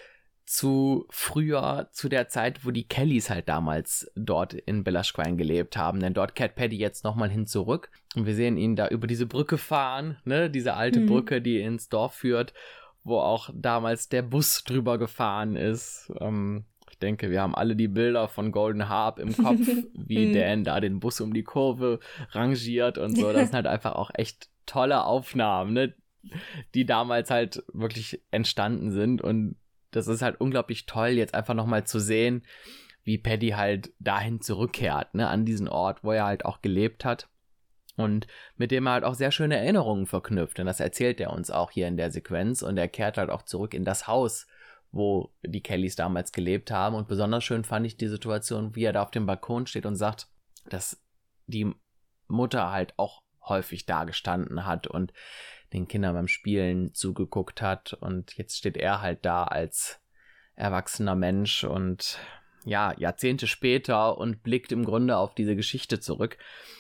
zu früher, zu der Zeit, wo die Kellys halt damals dort in Bellaschquine gelebt haben. Denn dort kehrt Paddy jetzt nochmal hin zurück. Und wir sehen ihn da über diese Brücke fahren, ne, diese alte mhm. Brücke, die ins Dorf führt, wo auch damals der Bus drüber gefahren ist. Ähm, ich denke, wir haben alle die Bilder von Golden Harp im Kopf, wie Dan da den Bus um die Kurve rangiert und so. Das sind halt einfach auch echt tolle Aufnahmen, ne, die damals halt wirklich entstanden sind. Und das ist halt unglaublich toll, jetzt einfach nochmal zu sehen, wie Paddy halt dahin zurückkehrt, ne, an diesen Ort, wo er halt auch gelebt hat und mit dem er halt auch sehr schöne Erinnerungen verknüpft. Und das erzählt er uns auch hier in der Sequenz und er kehrt halt auch zurück in das Haus, wo die Kellys damals gelebt haben. Und besonders schön fand ich die Situation, wie er da auf dem Balkon steht und sagt, dass die Mutter halt auch häufig da gestanden hat und den Kindern beim Spielen zugeguckt hat und jetzt steht er halt da als erwachsener Mensch und ja, Jahrzehnte später und blickt im Grunde auf diese Geschichte zurück.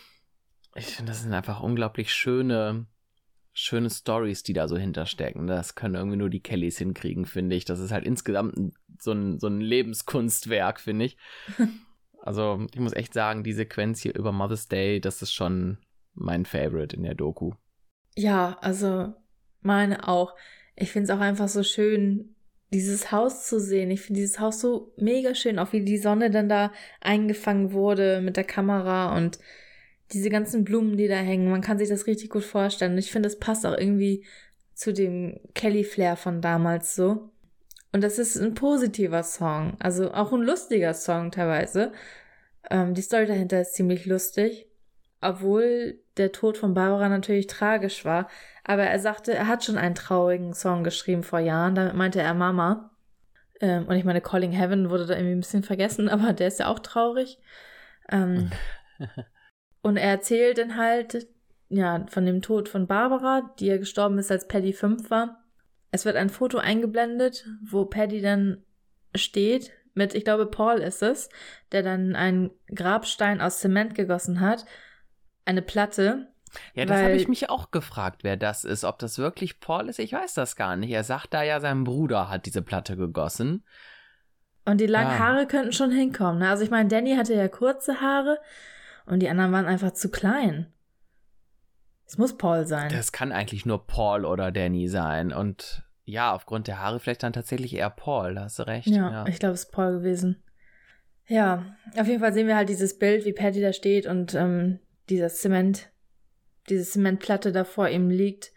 Ich finde, das sind einfach unglaublich schöne, schöne Storys, die da so hinterstecken. Das können irgendwie nur die Kellys hinkriegen, finde ich. Das ist halt insgesamt so ein, so ein Lebenskunstwerk, finde ich. Also ich muss echt sagen, die Sequenz hier über Mother's Day, das ist schon mein Favorite in der Doku. Ja, also meine auch. Ich finde es auch einfach so schön, dieses Haus zu sehen. Ich finde dieses Haus so mega schön, auch wie die Sonne dann da eingefangen wurde mit der Kamera und diese ganzen Blumen, die da hängen. Man kann sich das richtig gut vorstellen. Und ich finde, das passt auch irgendwie zu dem Kelly-Flair von damals so. Und das ist ein positiver Song, also auch ein lustiger Song teilweise. Ähm, die Story dahinter ist ziemlich lustig. Obwohl der Tod von Barbara natürlich tragisch war. Aber er sagte, er hat schon einen traurigen Song geschrieben vor Jahren. Damit meinte er Mama. Ähm, und ich meine, Calling Heaven wurde da irgendwie ein bisschen vergessen, aber der ist ja auch traurig. Ähm, und er erzählt dann halt, ja, von dem Tod von Barbara, die ja gestorben ist, als Paddy fünf war. Es wird ein Foto eingeblendet, wo Paddy dann steht mit, ich glaube, Paul ist es, der dann einen Grabstein aus Zement gegossen hat. Eine Platte. Ja, das habe ich mich auch gefragt, wer das ist. Ob das wirklich Paul ist, ich weiß das gar nicht. Er sagt da ja, sein Bruder hat diese Platte gegossen. Und die langen ja. Haare könnten schon hinkommen. Ne? Also ich meine, Danny hatte ja kurze Haare und die anderen waren einfach zu klein. Es muss Paul sein. Das kann eigentlich nur Paul oder Danny sein. Und ja, aufgrund der Haare vielleicht dann tatsächlich eher Paul, da hast du recht. Ja, ja. ich glaube, es ist Paul gewesen. Ja, auf jeden Fall sehen wir halt dieses Bild, wie Paddy da steht und ähm, dieser Zement, diese Zementplatte da vor ihm liegt.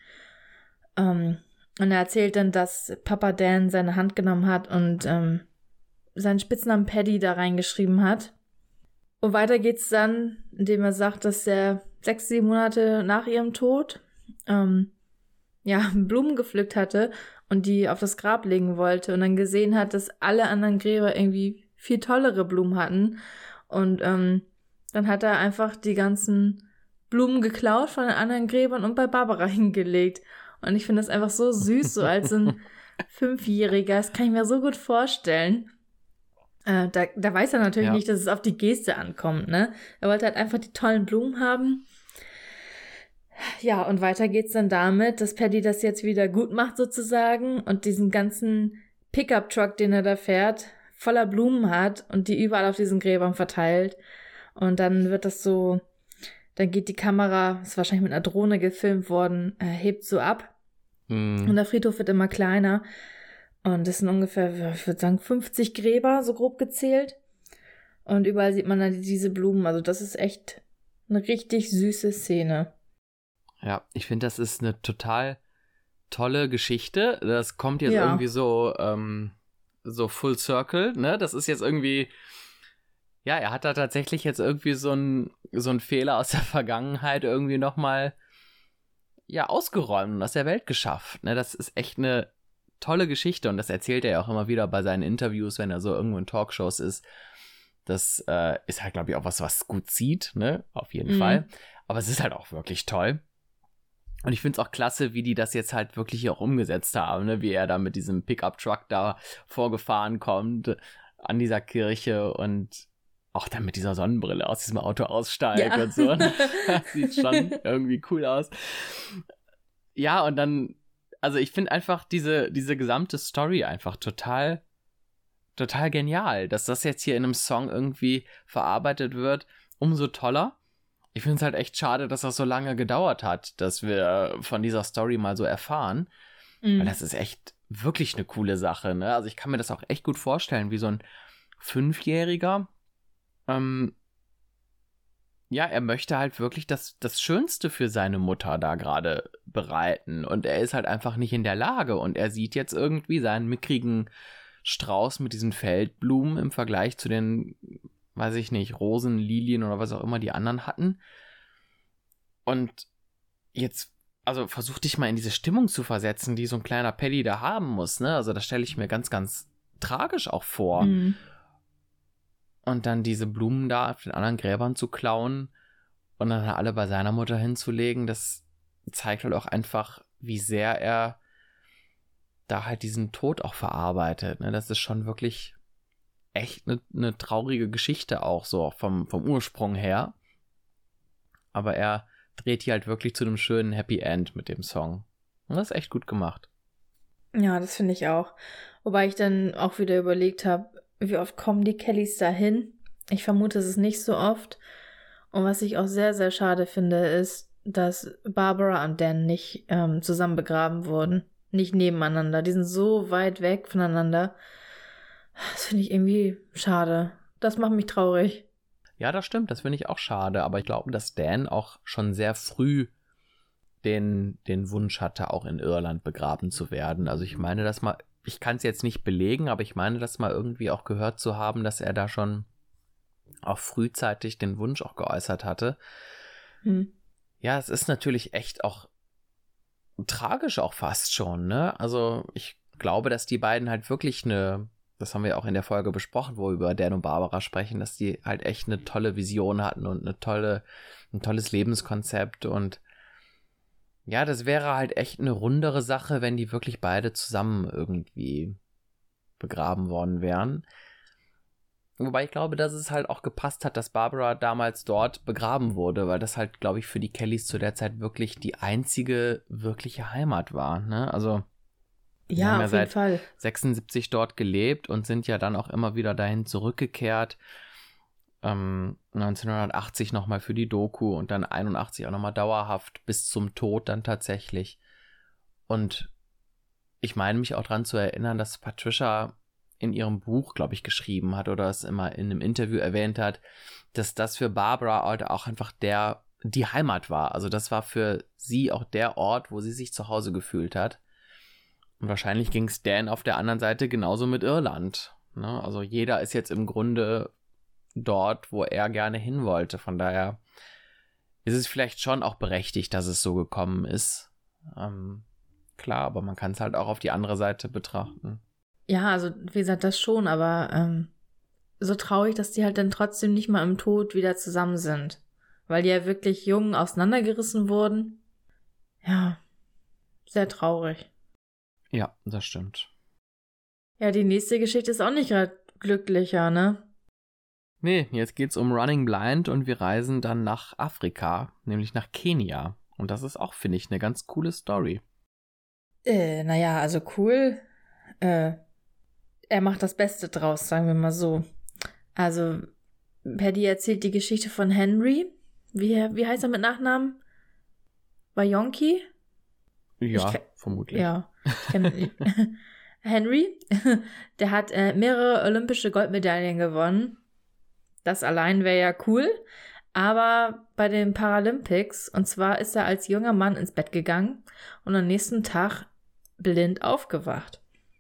Ähm, und er erzählt dann, dass Papa Dan seine Hand genommen hat und ähm, seinen Spitznamen Paddy da reingeschrieben hat. Und weiter geht's dann, indem er sagt, dass er sechs, sieben Monate nach ihrem Tod ähm, ja, Blumen gepflückt hatte und die auf das Grab legen wollte und dann gesehen hat, dass alle anderen Gräber irgendwie viel tollere Blumen hatten. Und ähm, dann hat er einfach die ganzen Blumen geklaut von den anderen Gräbern und bei Barbara hingelegt. Und ich finde das einfach so süß, so als ein Fünfjähriger. Das kann ich mir so gut vorstellen. Äh, da, da weiß er natürlich ja. nicht, dass es auf die Geste ankommt, ne? Er wollte halt einfach die tollen Blumen haben. Ja, und weiter geht's dann damit, dass Paddy das jetzt wieder gut macht sozusagen und diesen ganzen Pickup-Truck, den er da fährt, voller Blumen hat und die überall auf diesen Gräbern verteilt. Und dann wird das so, dann geht die Kamera, ist wahrscheinlich mit einer Drohne gefilmt worden, äh, hebt so ab. Mm. Und der Friedhof wird immer kleiner. Und das sind ungefähr, ich würde sagen, fünfzig Gräber, so grob gezählt. Und überall sieht man dann diese Blumen. Also das ist echt eine richtig süße Szene. Ja, ich finde, das ist eine total tolle Geschichte. Das kommt jetzt Ja. irgendwie so, ähm, so full circle, ne? Das ist jetzt irgendwie, ja, er hat da tatsächlich jetzt irgendwie so ein so ein Fehler aus der Vergangenheit irgendwie nochmal, ja, ausgeräumt und aus der Welt geschafft, ne? Das ist echt eine tolle Geschichte und das erzählt er ja auch immer wieder bei seinen Interviews, wenn er so irgendwo in Talkshows ist. Das äh, ist halt, glaube ich, auch was, was gut zieht, ne? Auf jeden Mhm. Fall. Aber es ist halt auch wirklich toll. Und ich finde es auch klasse, wie die das jetzt halt wirklich hier auch umgesetzt haben, ne? Wie er da mit diesem Pickup-Truck da vorgefahren kommt an dieser Kirche und auch dann mit dieser Sonnenbrille aus diesem Auto aussteigt Ja. und so. Das sieht schon irgendwie cool aus. Ja, und dann, also ich finde einfach diese, diese gesamte Story einfach total, total genial, dass das jetzt hier in einem Song irgendwie verarbeitet wird. Umso toller. Ich finde es halt echt schade, dass das so lange gedauert hat, dass wir von dieser Story mal so erfahren. Mhm. Weil das ist echt wirklich eine coole Sache, ne? Also ich kann mir das auch echt gut vorstellen, wie so ein Fünfjähriger. Ähm, ja, er möchte halt wirklich das, das Schönste für seine Mutter da gerade bereiten. Und er ist halt einfach nicht in der Lage. Und er sieht jetzt irgendwie seinen mickrigen Strauß mit diesen Feldblumen im Vergleich zu den, weiß ich nicht, Rosen, Lilien oder was auch immer die anderen hatten. Und jetzt, also versuch dich mal in diese Stimmung zu versetzen, die so ein kleiner Paddy da haben muss, ne? Also das stelle ich mir ganz, ganz tragisch auch vor. Mhm. Und dann diese Blumen da auf den anderen Gräbern zu klauen und dann alle bei seiner Mutter hinzulegen, das zeigt halt auch einfach, wie sehr er da halt diesen Tod auch verarbeitet, ne? Das ist schon wirklich echt eine ne traurige Geschichte auch so vom, vom Ursprung her. Aber er dreht hier halt wirklich zu einem schönen Happy End mit dem Song. Und das ist echt gut gemacht. Ja, das finde ich auch. Wobei ich dann auch wieder überlegt habe, wie oft kommen die Kellys dahin? Ich vermute, es ist nicht so oft. Und was ich auch sehr, sehr schade finde, ist, dass Barbara und Dan nicht ähm, zusammen begraben wurden. Nicht nebeneinander. Die sind so weit weg voneinander. Das finde ich irgendwie schade. Das macht mich traurig. Ja, das stimmt, das finde ich auch schade, aber ich glaube, dass Dan auch schon sehr früh den, den Wunsch hatte, auch in Irland begraben zu werden. Also ich meine das mal, ich kann es jetzt nicht belegen, aber ich meine das mal irgendwie auch gehört zu haben, dass er da schon auch frühzeitig den Wunsch auch geäußert hatte. Hm. Ja, es ist natürlich echt auch tragisch auch fast schon, ne? Also ich glaube, dass die beiden halt wirklich eine, das haben wir auch in der Folge besprochen, wo wir über Dan und Barbara sprechen, dass die halt echt eine tolle Vision hatten und eine tolle, ein tolles Lebenskonzept und ja, das wäre halt echt eine rundere Sache, wenn die wirklich beide zusammen irgendwie begraben worden wären. Wobei ich glaube, dass es halt auch gepasst hat, dass Barbara damals dort begraben wurde, weil das halt, glaube ich, für die Kellys zu der Zeit wirklich die einzige wirkliche Heimat war, ne? Also die Ja, haben ja auf jeden seit Fall. sechsundsiebzig dort gelebt und sind ja dann auch immer wieder dahin zurückgekehrt. Ähm, neunzehnhundertachtzig nochmal für die Doku und dann einundachtzig auch nochmal dauerhaft bis zum Tod dann tatsächlich. Und ich meine mich auch daran zu erinnern, dass Patricia in ihrem Buch, glaube ich, geschrieben hat oder es immer in einem Interview erwähnt hat, dass das für Barbara heute auch einfach der, die Heimat war. Also das war für sie auch der Ort, wo sie sich zu Hause gefühlt hat. Und wahrscheinlich ging es Dan auf der anderen Seite genauso mit Irland. Ne? Also jeder ist jetzt im Grunde dort, wo er gerne hin wollte. Von daher ist es vielleicht schon auch berechtigt, dass es so gekommen ist. Ähm, klar, aber man kann es halt auch auf die andere Seite betrachten. Ja, also wie gesagt, das schon, aber ähm, so traurig, dass die halt dann trotzdem nicht mal im Tod wieder zusammen sind. Weil die ja wirklich jung auseinandergerissen wurden. Ja, sehr traurig. Ja, das stimmt. Ja, die nächste Geschichte ist auch nicht gerade glücklicher, ne? Nee, jetzt geht's um Running Blind und wir reisen dann nach Afrika, nämlich nach Kenia. Und das ist auch, finde ich, eine ganz coole Story. Äh, naja, also cool. Äh, er macht das Beste draus, sagen wir mal so. Also, Paddy erzählt die Geschichte von Henry. Wie, wie heißt er mit Nachnamen? Bayonki? Ja, Ich ke- vermutlich. Ja, ich kenne Henry. Der hat äh, mehrere olympische Goldmedaillen gewonnen. Das allein wäre ja cool. Aber bei den Paralympics, und zwar ist er als junger Mann ins Bett gegangen und am nächsten Tag blind aufgewacht.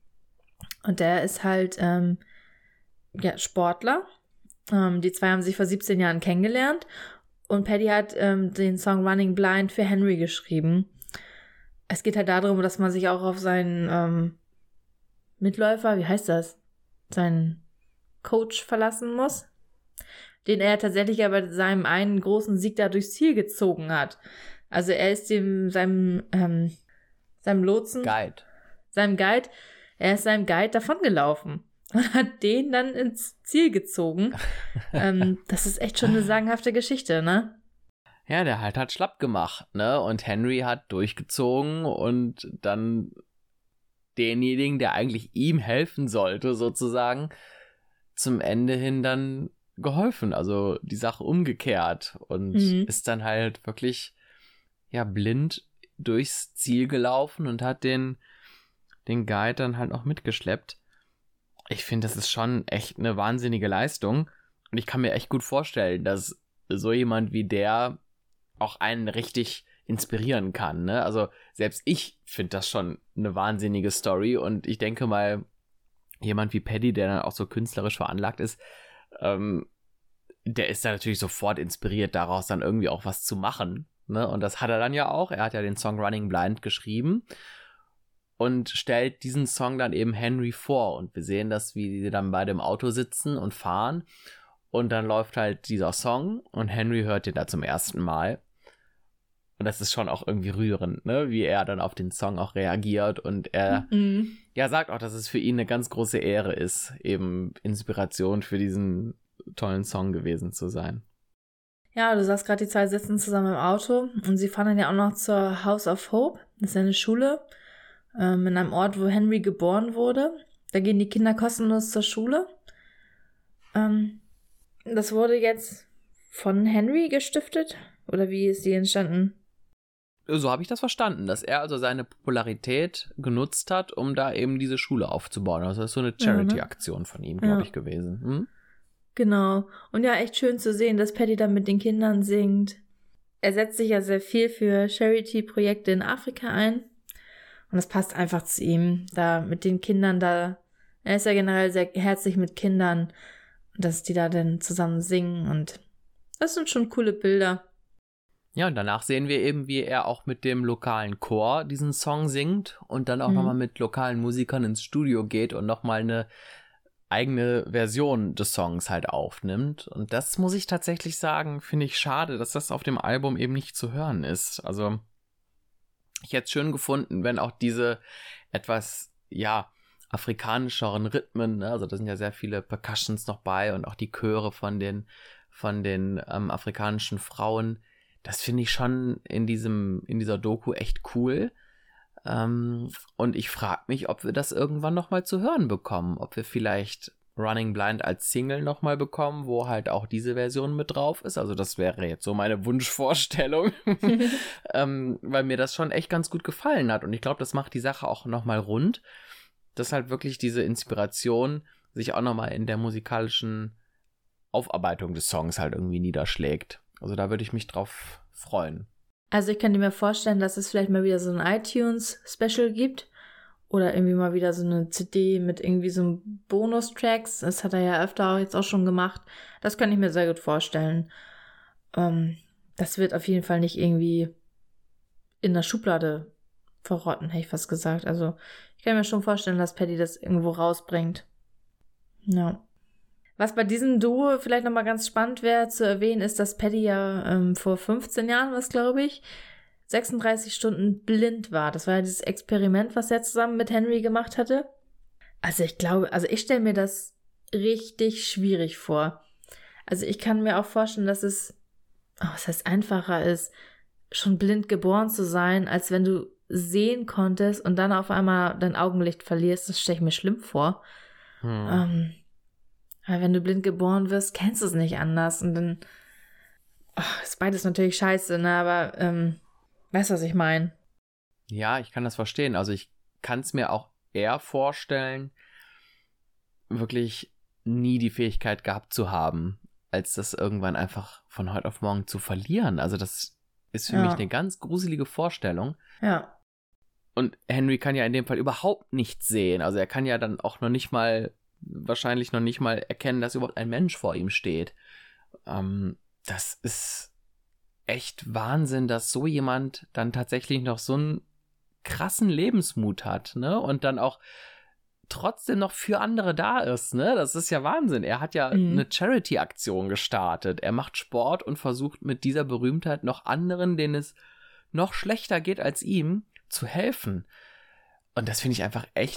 Und der ist halt ähm, ja, Sportler. Ähm, die zwei haben sich vor siebzehn Jahren kennengelernt. Und Paddy hat ähm, den Song Running Blind für Henry geschrieben. Es geht halt darum, dass man sich auch auf seinen ähm, Mitläufer, wie heißt das, seinen Coach verlassen muss, den er tatsächlich aber seinem einen großen Sieg da durchs Ziel gezogen hat. Also er ist dem, seinem, ähm, seinem Lotsen, Guide. seinem Guide, er ist seinem Guide davongelaufen und hat den dann ins Ziel gezogen. ähm, das ist echt schon eine sagenhafte Geschichte, ne? Ja, der halt hat schlapp gemacht, ne? Und Henry hat durchgezogen und dann denjenigen, der eigentlich ihm helfen sollte, sozusagen, zum Ende hin dann geholfen, also die Sache umgekehrt und Mhm. ist dann halt wirklich ja blind durchs Ziel gelaufen und hat den den Guide dann halt noch mitgeschleppt. Ich finde, das ist schon echt eine wahnsinnige Leistung und ich kann mir echt gut vorstellen, dass so jemand wie der auch einen richtig inspirieren kann, ne? Also selbst ich finde das schon eine wahnsinnige Story und ich denke mal, jemand wie Paddy, der dann auch so künstlerisch veranlagt ist, ähm, der ist da natürlich sofort inspiriert, daraus dann irgendwie auch was zu machen, ne? Und das hat er dann ja auch. Er hat ja den Song Running Blind geschrieben und stellt diesen Song dann eben Henry vor und wir sehen das, wie die dann beide im Auto sitzen und fahren und dann läuft halt dieser Song und Henry hört den da zum ersten Mal. Und das ist schon auch irgendwie rührend, ne? Wie er dann auf den Song auch reagiert und er Mhm. ja sagt auch, dass es für ihn eine ganz große Ehre ist, eben Inspiration für diesen tollen Song gewesen zu sein. Ja, du sagst gerade, die zwei sitzen zusammen im Auto und sie fahren dann ja auch noch zur House of Hope. Das ist eine Schule ähm, in einem Ort, wo Henry geboren wurde. Da gehen die Kinder kostenlos zur Schule. Ähm, das wurde jetzt von Henry gestiftet? Oder wie ist die entstanden? So habe ich das verstanden, dass er also seine Popularität genutzt hat, um da eben diese Schule aufzubauen. Also das ist so eine Charity-Aktion von ihm, glaube Ja. ich, gewesen. Hm? Genau. Und ja, echt schön zu sehen, dass Paddy dann mit den Kindern singt. Er setzt sich ja sehr viel für Charity-Projekte in Afrika ein. Und das passt einfach zu ihm, da mit den Kindern da. Er ist ja generell sehr herzlich mit Kindern, dass die da dann zusammen singen. Und das sind schon coole Bilder. Ja, und danach sehen wir eben, wie er auch mit dem lokalen Chor diesen Song singt und dann auch Mhm. nochmal mit lokalen Musikern ins Studio geht und nochmal eine eigene Version des Songs halt aufnimmt. Und das muss ich tatsächlich sagen, finde ich schade, dass das auf dem Album eben nicht zu hören ist. Also ich hätte es schön gefunden, wenn auch diese etwas, ja, afrikanischeren Rhythmen, ne? Also da sind ja sehr viele Percussions noch bei und auch die Chöre von den, von den ähm, afrikanischen Frauen. Das finde ich schon in diesem, in dieser Doku echt cool. Ähm, und ich frage mich, ob wir das irgendwann nochmal zu hören bekommen. Ob wir vielleicht Running Blind als Single nochmal bekommen, wo halt auch diese Version mit drauf ist. Also das wäre jetzt so meine Wunschvorstellung. ähm, weil mir das schon echt ganz gut gefallen hat. Und ich glaube, das macht die Sache auch nochmal rund. Dass halt wirklich diese Inspiration sich auch nochmal in der musikalischen Aufarbeitung des Songs halt irgendwie niederschlägt. Also da würde ich mich drauf freuen. Also ich könnte mir vorstellen, dass es vielleicht mal wieder so ein iTunes-Special gibt. Oder irgendwie mal wieder so eine C D mit irgendwie so Bonus-Tracks. Das hat er ja öfter auch jetzt auch schon gemacht. Das kann ich mir sehr gut vorstellen. Ähm, das wird auf jeden Fall nicht irgendwie in der Schublade verrotten, hätte ich fast gesagt. Also ich kann mir schon vorstellen, dass Paddy das irgendwo rausbringt. Ja. Was bei diesem Duo vielleicht nochmal ganz spannend wäre zu erwähnen, ist, dass Paddy ja ähm, vor fünfzehn Jahren, was glaube ich, sechsunddreißig Stunden blind war. Das war ja dieses Experiment, was er zusammen mit Henry gemacht hatte. Also ich glaube, also ich stelle mir das richtig schwierig vor. Also ich kann mir auch vorstellen, dass es, oh, was heißt einfacher ist, schon blind geboren zu sein, als wenn du sehen konntest und dann auf einmal dein Augenlicht verlierst. Das stelle ich mir schlimm vor. Hm. Ähm, weil wenn du blind geboren wirst, kennst du es nicht anders. Und dann oh, ist beides natürlich scheiße, ne? Aber ähm, weißt du, was ich meine? Ja, ich kann das verstehen. Also ich kann es mir auch eher vorstellen, wirklich nie die Fähigkeit gehabt zu haben, als das irgendwann einfach von heute auf morgen zu verlieren. Also das ist für Ja. mich eine ganz gruselige Vorstellung. Ja. Und Henry kann ja in dem Fall überhaupt nichts sehen. Also er kann ja dann auch noch nicht mal, wahrscheinlich noch nicht mal erkennen, dass überhaupt ein Mensch vor ihm steht. Ähm, das ist echt Wahnsinn, dass so jemand dann tatsächlich noch so einen krassen Lebensmut hat, ne? Und dann auch trotzdem noch für andere da ist, ne? Das ist ja Wahnsinn. Er hat ja Mhm. eine Charity-Aktion gestartet. Er macht Sport und versucht mit dieser Berühmtheit noch anderen, denen es noch schlechter geht als ihm, zu helfen. Und das finde ich einfach echt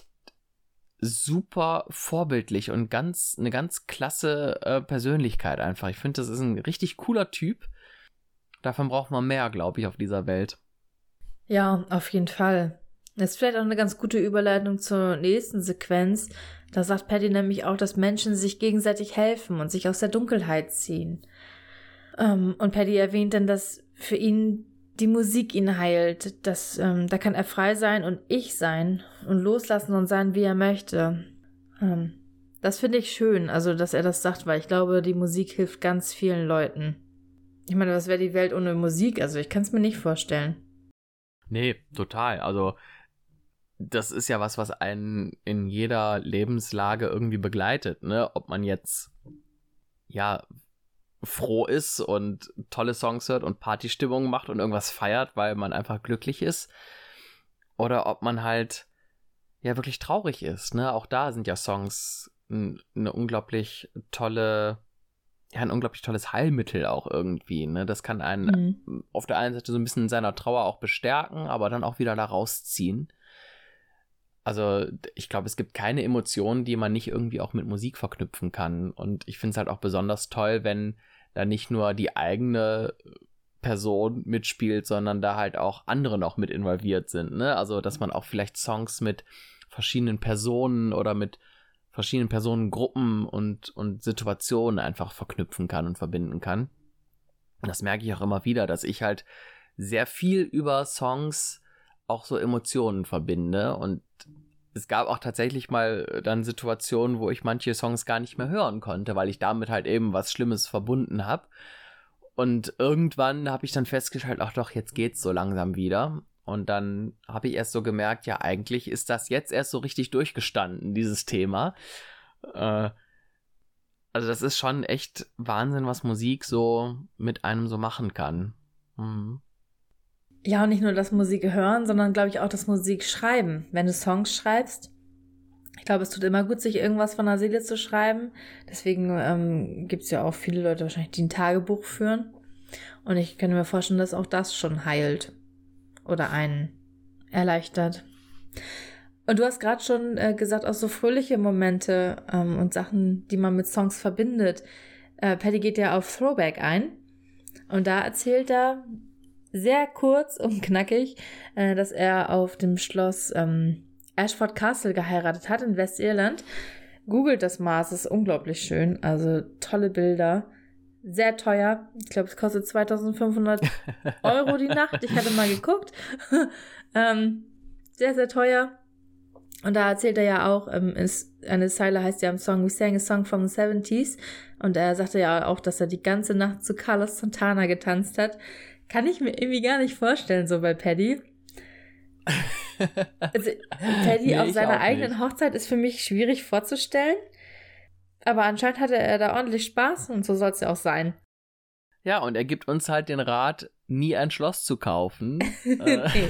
super vorbildlich und ganz eine ganz klasse äh, Persönlichkeit einfach. Ich finde, das ist ein richtig cooler Typ. Davon braucht man mehr, glaube ich, auf dieser Welt. Ja, auf jeden Fall. Das ist vielleicht auch eine ganz gute Überleitung zur nächsten Sequenz. Da sagt Paddy nämlich auch, dass Menschen sich gegenseitig helfen und sich aus der Dunkelheit ziehen. Ähm, und Paddy erwähnt dann, dass für ihn die Musik ihn heilt. Dass, ähm, da kann er frei sein und ich sein und loslassen und sein, wie er möchte. Ähm, das finde ich schön, also dass er das sagt, weil ich glaube, die Musik hilft ganz vielen Leuten. Ich meine, was wäre die Welt ohne Musik? Also ich kann es mir nicht vorstellen. Nee, total. Also das ist ja was, was einen in jeder Lebenslage irgendwie begleitet, ne? Ob man jetzt ja froh ist und tolle Songs hört und Partystimmung macht und irgendwas feiert, weil man einfach glücklich ist, oder ob man halt ja wirklich traurig ist, ne? Auch da sind ja Songs n- eine unglaublich tolle, ja, ein unglaublich tolles Heilmittel auch irgendwie, ne? Das kann einen Mhm. auf der einen Seite so ein bisschen in seiner Trauer auch bestärken, aber dann auch wieder da rausziehen. Also ich glaube, es gibt keine Emotionen, die man nicht irgendwie auch mit Musik verknüpfen kann. Und ich finde es halt auch besonders toll, wenn da nicht nur die eigene Person mitspielt, sondern da halt auch andere noch mit involviert sind, ne? Also dass man auch vielleicht Songs mit verschiedenen Personen oder mit verschiedenen Personengruppen und, und Situationen einfach verknüpfen kann und verbinden kann. Und das merke ich auch immer wieder, dass ich halt sehr viel über Songs auch so Emotionen verbinde. Und es gab auch tatsächlich mal dann Situationen, wo ich manche Songs gar nicht mehr hören konnte, weil ich damit halt eben was Schlimmes verbunden habe. Und irgendwann habe ich dann festgestellt, ach doch, jetzt geht's so langsam wieder. Und dann habe ich erst so gemerkt, ja, eigentlich ist das jetzt erst so richtig durchgestanden, dieses Thema. Äh, also das ist schon echt Wahnsinn, was Musik so mit einem so machen kann. Mhm. Ja, und nicht nur das Musik hören, sondern glaube ich auch das Musik schreiben. Wenn du Songs schreibst, ich glaube, es tut immer gut, sich irgendwas von der Seele zu schreiben. Deswegen ähm, gibt es ja auch viele Leute wahrscheinlich, die ein Tagebuch führen. Und ich kann mir vorstellen, dass auch das schon heilt oder einen erleichtert. Und du hast gerade schon äh, gesagt, auch so fröhliche Momente ähm, und Sachen, die man mit Songs verbindet. Äh, Paddy geht ja auf Throwback ein. Und da erzählt er sehr kurz und knackig, äh, dass er auf dem Schloss ähm, Ashford Castle geheiratet hat in Westirland. Googelt das mal, es ist unglaublich schön. Also tolle Bilder. Sehr teuer. Ich glaube, es kostet zweitausendfünfhundert Euro die Nacht. Ich hatte mal geguckt. ähm, sehr, sehr teuer. Und da erzählt er ja auch, ähm, ist, eine Zeile heißt ja im Song, We sang a song from the seventies. Und er sagte ja auch, dass er die ganze Nacht zu Carlos Santana getanzt hat. Kann ich mir irgendwie gar nicht vorstellen, so bei Paddy. Also, Paddy Nee, auf ich seiner auch eigenen nicht. Hochzeit ist für mich schwierig vorzustellen. Aber anscheinend hatte er da ordentlich Spaß und so soll es ja auch sein. Ja, und er gibt uns halt den Rat, nie ein Schloss zu kaufen. Äh, Nee.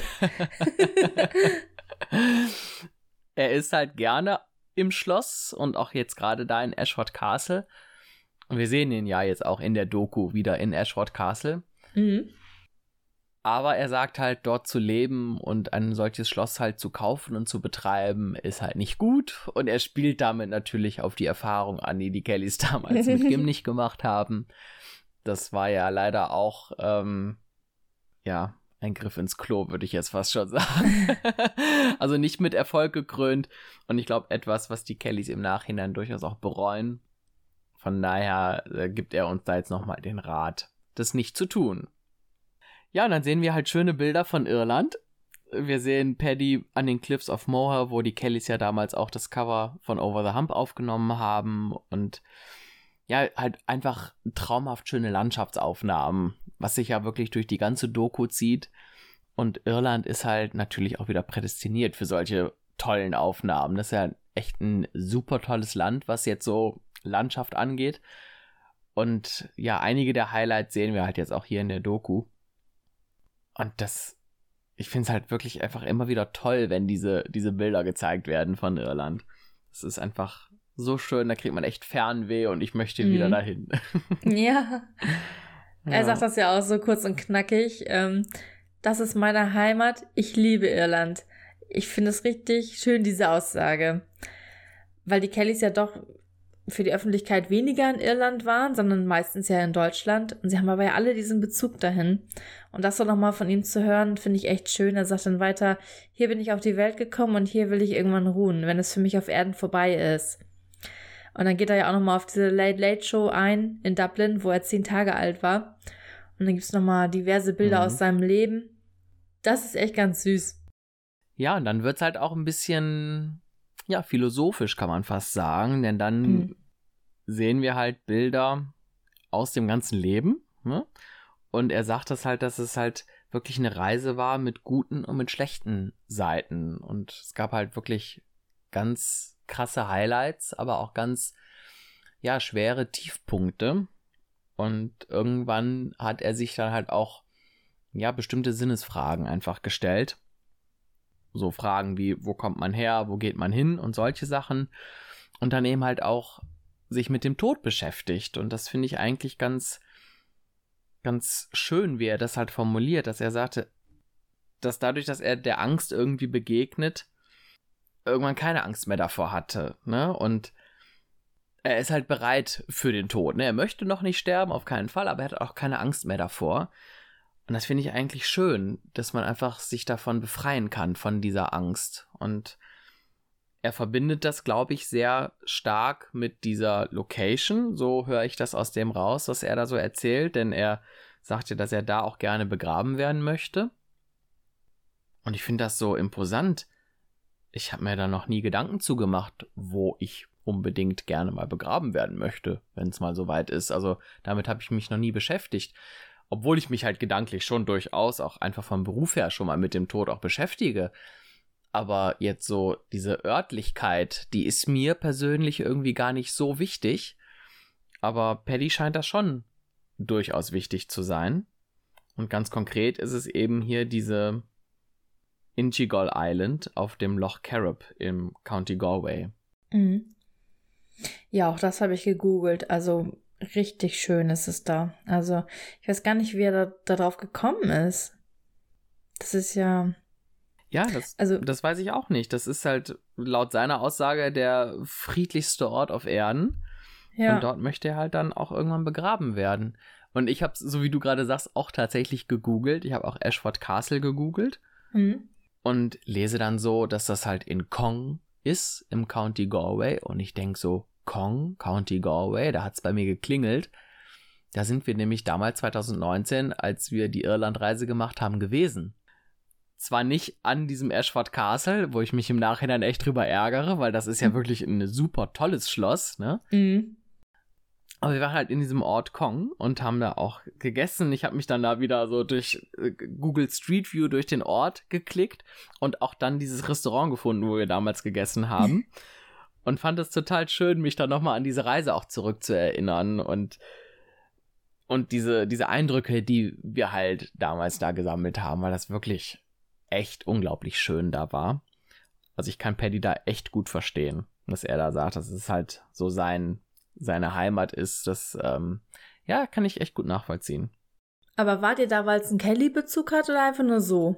Er ist halt gerne im Schloss und auch jetzt gerade da in Ashford Castle. Und wir sehen ihn ja jetzt auch in der Doku wieder in Ashford Castle. Mhm. Aber er sagt halt, dort zu leben und ein solches Schloss halt zu kaufen und zu betreiben, ist halt nicht gut. Und er spielt damit natürlich auf die Erfahrung an, die die Kellys damals mit Gimlich gemacht haben. Das war ja leider auch, ähm, ja, ein Griff ins Klo, würde ich jetzt fast schon sagen. Also nicht mit Erfolg gekrönt. Und ich glaube, etwas, was die Kellys im Nachhinein durchaus auch bereuen. Von daher äh, gibt er uns da jetzt nochmal den Rat, das nicht zu tun. Ja, und dann sehen wir halt schöne Bilder von Irland. Wir sehen Paddy an den Cliffs of Moher, wo die Kellys ja damals auch das Cover von Over the Hump aufgenommen haben. Und ja, halt einfach traumhaft schöne Landschaftsaufnahmen, was sich ja wirklich durch die ganze Doku zieht. Und Irland ist halt natürlich auch wieder prädestiniert für solche tollen Aufnahmen. Das ist ja echt ein super tolles Land, was jetzt so Landschaft angeht. Und ja, einige der Highlights sehen wir halt jetzt auch hier in der Doku. Und das, ich finde es halt wirklich einfach immer wieder toll, wenn diese, diese Bilder gezeigt werden von Irland. Das ist einfach so schön, da kriegt man echt Fernweh und ich möchte mhm. wieder dahin. Ja. Er ja. sagt das ja auch so kurz und knackig. Ähm, das ist meine Heimat, ich liebe Irland. Ich finde es richtig schön, diese Aussage. Weil die Kellys ja doch für die Öffentlichkeit weniger in Irland waren, sondern meistens ja in Deutschland. Und sie haben aber ja alle diesen Bezug dahin. Und das so nochmal von ihm zu hören, finde ich echt schön. Er sagt dann weiter, hier bin ich auf die Welt gekommen und hier will ich irgendwann ruhen, wenn es für mich auf Erden vorbei ist. Und dann geht er ja auch nochmal auf diese Late Late Show ein in Dublin, wo er zehn Tage alt war. Und dann gibt es nochmal diverse Bilder mhm. aus seinem Leben. Das ist echt ganz süß. Ja, und dann wird es halt auch ein bisschen... ja, philosophisch kann man fast sagen, denn dann mhm. sehen wir halt Bilder aus dem ganzen Leben, ne? Und er sagt das halt, dass es halt wirklich eine Reise war mit guten und mit schlechten Seiten und es gab halt wirklich ganz krasse Highlights, aber auch ganz, ja, schwere Tiefpunkte und irgendwann hat er sich dann halt auch, ja, bestimmte Sinnesfragen einfach gestellt. So Fragen wie, wo kommt man her, wo geht man hin und solche Sachen. Und dann eben halt auch sich mit dem Tod beschäftigt. Und das finde ich eigentlich ganz, ganz schön, wie er das halt formuliert, dass er sagte, dass dadurch, dass er der Angst irgendwie begegnet, irgendwann keine Angst mehr davor hatte. Ne? Und er ist halt bereit für den Tod. Ne? Er möchte noch nicht sterben, auf keinen Fall, aber er hat auch keine Angst mehr davor. Und das finde ich eigentlich schön, dass man einfach sich davon befreien kann, von dieser Angst. Und er verbindet das, glaube ich, sehr stark mit dieser Location. So höre ich das aus dem raus, was er da so erzählt. Denn er sagte, dass er da auch gerne begraben werden möchte. Und ich finde das so imposant. Ich habe mir da noch nie Gedanken zugemacht, wo ich unbedingt gerne mal begraben werden möchte, wenn es mal so weit ist. Also damit habe ich mich noch nie beschäftigt. Obwohl ich mich halt gedanklich schon durchaus auch einfach vom Beruf her schon mal mit dem Tod auch beschäftige. Aber jetzt so diese Örtlichkeit, die ist mir persönlich irgendwie gar nicht so wichtig. Aber Paddy scheint das schon durchaus wichtig zu sein. Und ganz konkret ist es eben hier diese Inchigol Island auf dem Loch Carib im County Galway. Mhm. Ja, auch das habe ich gegoogelt. Also richtig schön ist es da. Also ich weiß gar nicht, wie er da, da drauf gekommen ist. Das ist ja... Ja, das, also, das weiß ich auch nicht. Das ist halt laut seiner Aussage der friedlichste Ort auf Erden. Ja. Und dort möchte er halt dann auch irgendwann begraben werden. Und ich habe, so wie du gerade sagst, auch tatsächlich gegoogelt. Ich habe auch Ashford Castle gegoogelt. Mhm. Und lese dann so, dass das halt in Cong ist, im County Galway. Und ich denke so, Cong, County Galway, da hat es bei mir geklingelt. Da sind wir nämlich damals zwanzig neunzehn, als wir die Irlandreise gemacht haben, gewesen. Zwar nicht an diesem Ashford Castle, wo ich mich im Nachhinein echt drüber ärgere, weil das ist ja wirklich ein super tolles Schloss, ne? Mhm. Aber wir waren halt in diesem Ort Cong und haben da auch gegessen. Ich habe mich dann da wieder so durch Google Street View durch den Ort geklickt und auch dann dieses Restaurant gefunden, wo wir damals gegessen haben. Und fand es total schön, mich dann nochmal an diese Reise auch zurückzuerinnern und, und diese, diese Eindrücke, die wir halt damals da gesammelt haben, weil das wirklich echt unglaublich schön da war. Also ich kann Paddy da echt gut verstehen, was er da sagt, dass es halt so sein, seine Heimat ist. Das, ähm, ja, kann ich echt gut nachvollziehen. Aber wart ihr da, weil es einen Kelly-Bezug hat oder einfach nur so?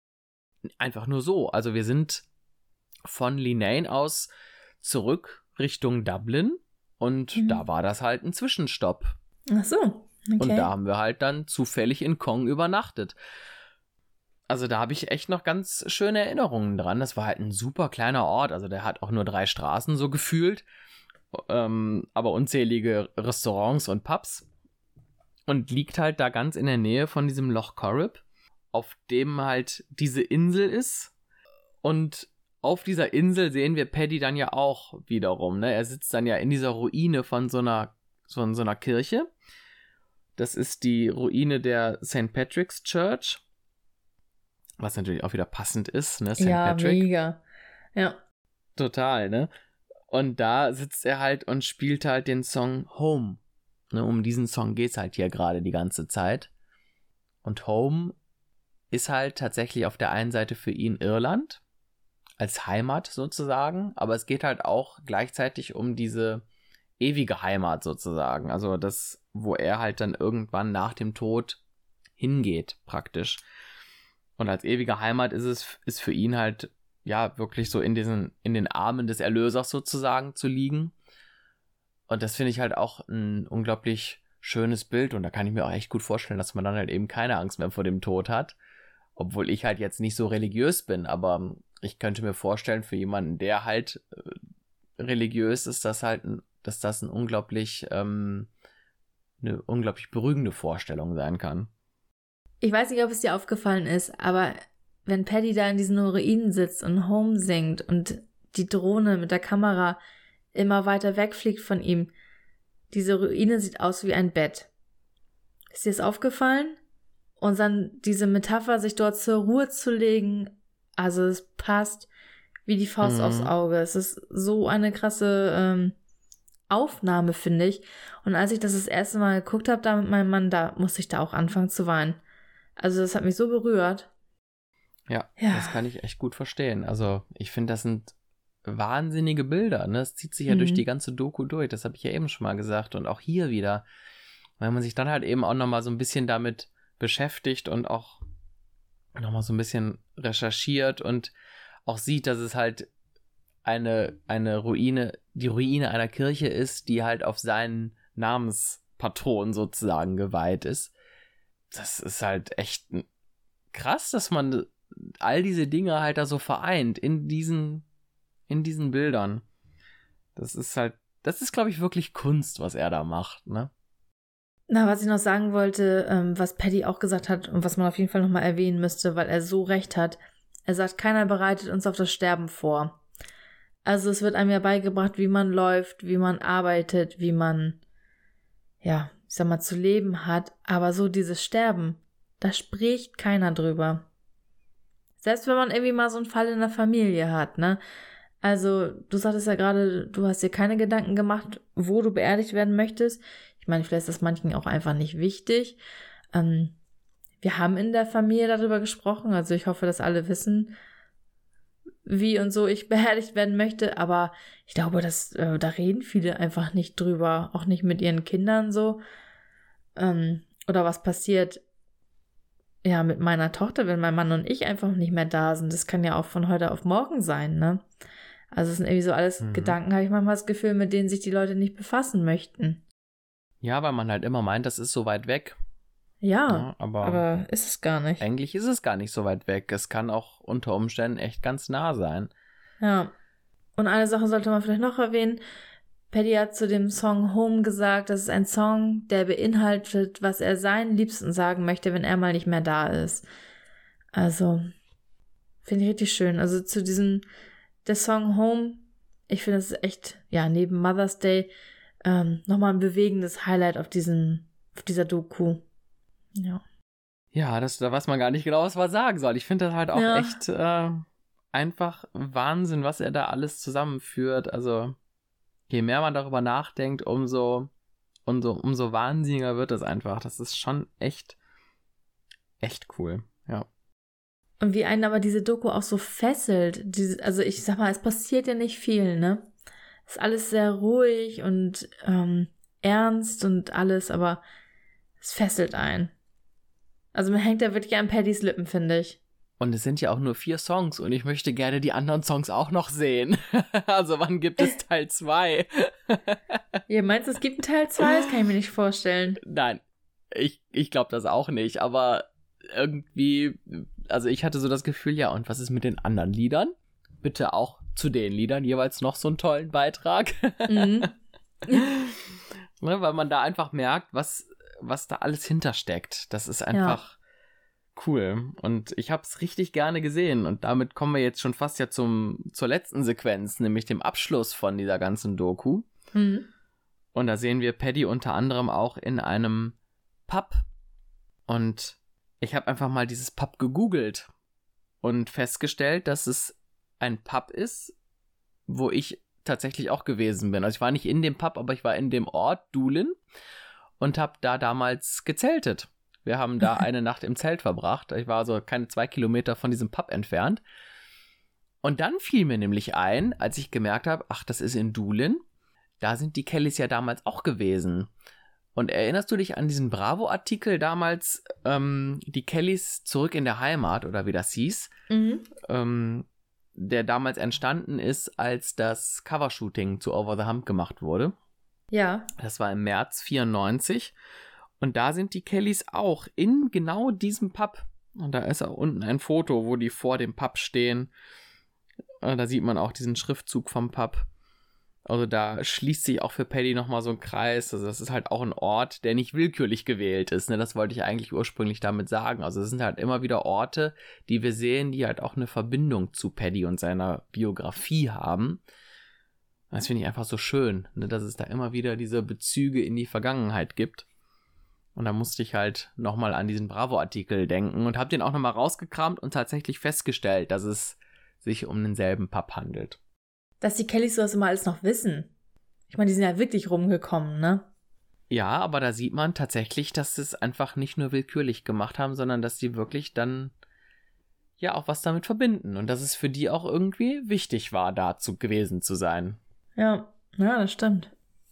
Einfach nur so. Also wir sind von Leenane aus zurück Richtung Dublin und mhm. da war das halt ein Zwischenstopp. Ach so, okay. Und da haben wir halt dann zufällig in Cong übernachtet. Also da habe ich echt noch ganz schöne Erinnerungen dran. Das war halt ein super kleiner Ort, also der hat auch nur drei Straßen so gefühlt, ähm, aber unzählige Restaurants und Pubs und liegt halt da ganz in der Nähe von diesem Loch Corrib, auf dem halt diese Insel ist und auf dieser Insel sehen wir Paddy dann ja auch wiederum, ne? Er sitzt dann ja in dieser Ruine von so einer so in so einer Kirche. Das ist die Ruine der Saint Patrick's Church. Was natürlich auch wieder passend ist, ne? Saint Ja, Patrick. mega. Ja. Total, ne? Und da sitzt er halt und spielt halt den Song Home. Ne, um diesen Song geht's halt hier gerade die ganze Zeit. Und Home ist halt tatsächlich auf der einen Seite für ihn Irland, als Heimat sozusagen, aber es geht halt auch gleichzeitig um diese ewige Heimat sozusagen. Also das, wo er halt dann irgendwann nach dem Tod hingeht, praktisch. Und als ewige Heimat ist es, ist für ihn halt ja, wirklich so in diesen, in den Armen des Erlösers sozusagen zu liegen. Und das finde ich halt auch ein unglaublich schönes Bild. Und da kann ich mir auch echt gut vorstellen, dass man dann halt eben keine Angst mehr vor dem Tod hat. Obwohl ich halt jetzt nicht so religiös bin, aber ich könnte mir vorstellen, für jemanden, der halt äh, religiös ist, dass halt, ein, dass das ein unglaublich, ähm, eine unglaublich beruhigende Vorstellung sein kann. Ich weiß nicht, ob es dir aufgefallen ist, aber wenn Paddy da in diesen Ruinen sitzt und Home singt und die Drohne mit der Kamera immer weiter wegfliegt von ihm, diese Ruine sieht aus wie ein Bett. Ist dir das aufgefallen? Und dann diese Metapher, sich dort zur Ruhe zu legen, also es passt wie die Faust mhm. aufs Auge. Es ist so eine krasse ähm, Aufnahme, finde ich. Und als ich das das erste Mal geguckt habe, da mit meinem Mann, da musste ich da auch anfangen zu weinen. Also das hat mich so berührt. Ja, ja, das kann ich echt gut verstehen. Also ich finde, das sind wahnsinnige Bilder. Ne? Das zieht sich ja mhm. durch die ganze Doku durch. Das habe ich ja eben schon mal gesagt. Und auch hier wieder. Weil man sich dann halt eben auch nochmal so ein bisschen damit beschäftigt und auch nochmal so ein bisschen recherchiert und auch sieht, dass es halt eine, eine Ruine, die Ruine einer Kirche ist, die halt auf seinen Namenspatron sozusagen geweiht ist. Das ist halt echt krass, dass man all diese Dinge halt da so vereint in diesen, in diesen Bildern. Das ist halt, das ist, glaube ich, wirklich Kunst, was er da macht, ne? Na, was ich noch sagen wollte, ähm, was Paddy auch gesagt hat und was man auf jeden Fall nochmal erwähnen müsste, weil er so recht hat. Er sagt, keiner bereitet uns auf das Sterben vor. Also es wird einem ja beigebracht, wie man läuft, wie man arbeitet, wie man, ja, ich sag mal, zu leben hat. Aber so dieses Sterben, da spricht keiner drüber. Selbst wenn man irgendwie mal so einen Fall in der Familie hat, ne? Also du sagtest ja gerade, du hast dir keine Gedanken gemacht, wo du beerdigt werden möchtest. Ich meine, vielleicht ist das manchen auch einfach nicht wichtig. Ähm, wir haben in der Familie darüber gesprochen, also ich hoffe, dass alle wissen, wie und so ich beerdigt werden möchte, aber ich glaube, dass, äh, da reden viele einfach nicht drüber, auch nicht mit ihren Kindern so. Ähm, oder was passiert, ja, mit meiner Tochter, wenn mein Mann und ich einfach nicht mehr da sind. Das kann ja auch von heute auf morgen sein, ne? Also es sind irgendwie so alles mhm. Gedanken, habe ich manchmal das Gefühl, mit denen sich die Leute nicht befassen möchten. Ja, weil man halt immer meint, das ist so weit weg. Ja, ja aber, aber ist es gar nicht. Eigentlich ist es gar nicht so weit weg. Es kann auch unter Umständen echt ganz nah sein. Ja. Und eine Sache sollte man vielleicht noch erwähnen. Paddy hat zu dem Song Home gesagt, das ist ein Song, der beinhaltet, was er seinen Liebsten sagen möchte, wenn er mal nicht mehr da ist. Also, finde ich richtig schön. Also zu diesem, der Song Home, ich finde, das ist echt, ja, neben Mother's Day, ähm, nochmal ein bewegendes Highlight auf diesen, auf dieser Doku. Ja. Ja, das, da weiß man gar nicht genau, was man sagen soll. Ich finde das halt auch ja. echt äh, einfach Wahnsinn, was er da alles zusammenführt. Also, je mehr man darüber nachdenkt, umso, umso, umso wahnsinniger wird es einfach. Das ist schon echt, echt cool, ja. Und wie einen aber diese Doku auch so fesselt. Diese, also ich sag mal, es passiert ja nicht viel, ne? Es ist alles sehr ruhig und ähm, ernst und alles, aber es fesselt einen. Also man hängt da wirklich an Paddys Lippen, finde ich. Und es sind ja auch nur vier Songs und ich möchte gerne die anderen Songs auch noch sehen. Also wann gibt es Teil zwei? Ihr meinst, es gibt einen Teil zwei? Das kann ich mir nicht vorstellen. Nein, ich, ich glaube das auch nicht, aber irgendwie, also ich hatte so das Gefühl, ja, und was ist mit den anderen Liedern? Bitte auch zu den Liedern jeweils noch so einen tollen Beitrag. Mhm. Ne, weil man da einfach merkt, was, was da alles hintersteckt. Das ist einfach ja. cool. Und ich habe es richtig gerne gesehen. Und damit kommen wir jetzt schon fast ja zum, zur letzten Sequenz, nämlich dem Abschluss von dieser ganzen Doku. Mhm. Und da sehen wir Paddy unter anderem auch in einem Pub. Und ich habe einfach mal dieses Pub gegoogelt und festgestellt, dass es ein Pub ist, wo ich tatsächlich auch gewesen bin. Also ich war nicht in dem Pub, aber ich war in dem Ort Doolin und habe da damals gezeltet. Wir haben da eine Nacht im Zelt verbracht. Ich war also keine zwei Kilometer von diesem Pub entfernt. Und dann fiel mir nämlich ein, als ich gemerkt habe, ach, das ist in Doolin. Da sind die Kellys ja damals auch gewesen. Und erinnerst du dich an diesen Bravo-Artikel damals, ähm, die Kellys zurück in der Heimat, oder wie das hieß, Mhm. ähm, der damals entstanden ist, als das Covershooting zu Over the Hump gemacht wurde. Ja. Das war im März vierundneunzig. Und da sind die Kellys auch in genau diesem Pub. Und da ist auch unten ein Foto, wo die vor dem Pub stehen. Da sieht man auch diesen Schriftzug vom Pub. Also da schließt sich auch für Paddy nochmal so ein Kreis. Also das ist halt auch ein Ort, der nicht willkürlich gewählt ist. Ne? Das wollte ich eigentlich ursprünglich damit sagen. Also es sind halt immer wieder Orte, die wir sehen, die halt auch eine Verbindung zu Paddy und seiner Biografie haben. Das finde ich einfach so schön, ne? Dass es da immer wieder diese Bezüge in die Vergangenheit gibt. Und da musste ich halt nochmal an diesen Bravo-Artikel denken und habe den auch nochmal rausgekramt und tatsächlich festgestellt, dass es sich um denselben Pub handelt. Dass die Kellys sowas immer alles noch wissen. Ich meine, die sind ja wirklich rumgekommen, ne? Ja, aber da sieht man tatsächlich, dass sie es einfach nicht nur willkürlich gemacht haben, sondern dass sie wirklich dann ja auch was damit verbinden. Und dass es für die auch irgendwie wichtig war, dazu gewesen zu sein. Ja, ja, das stimmt.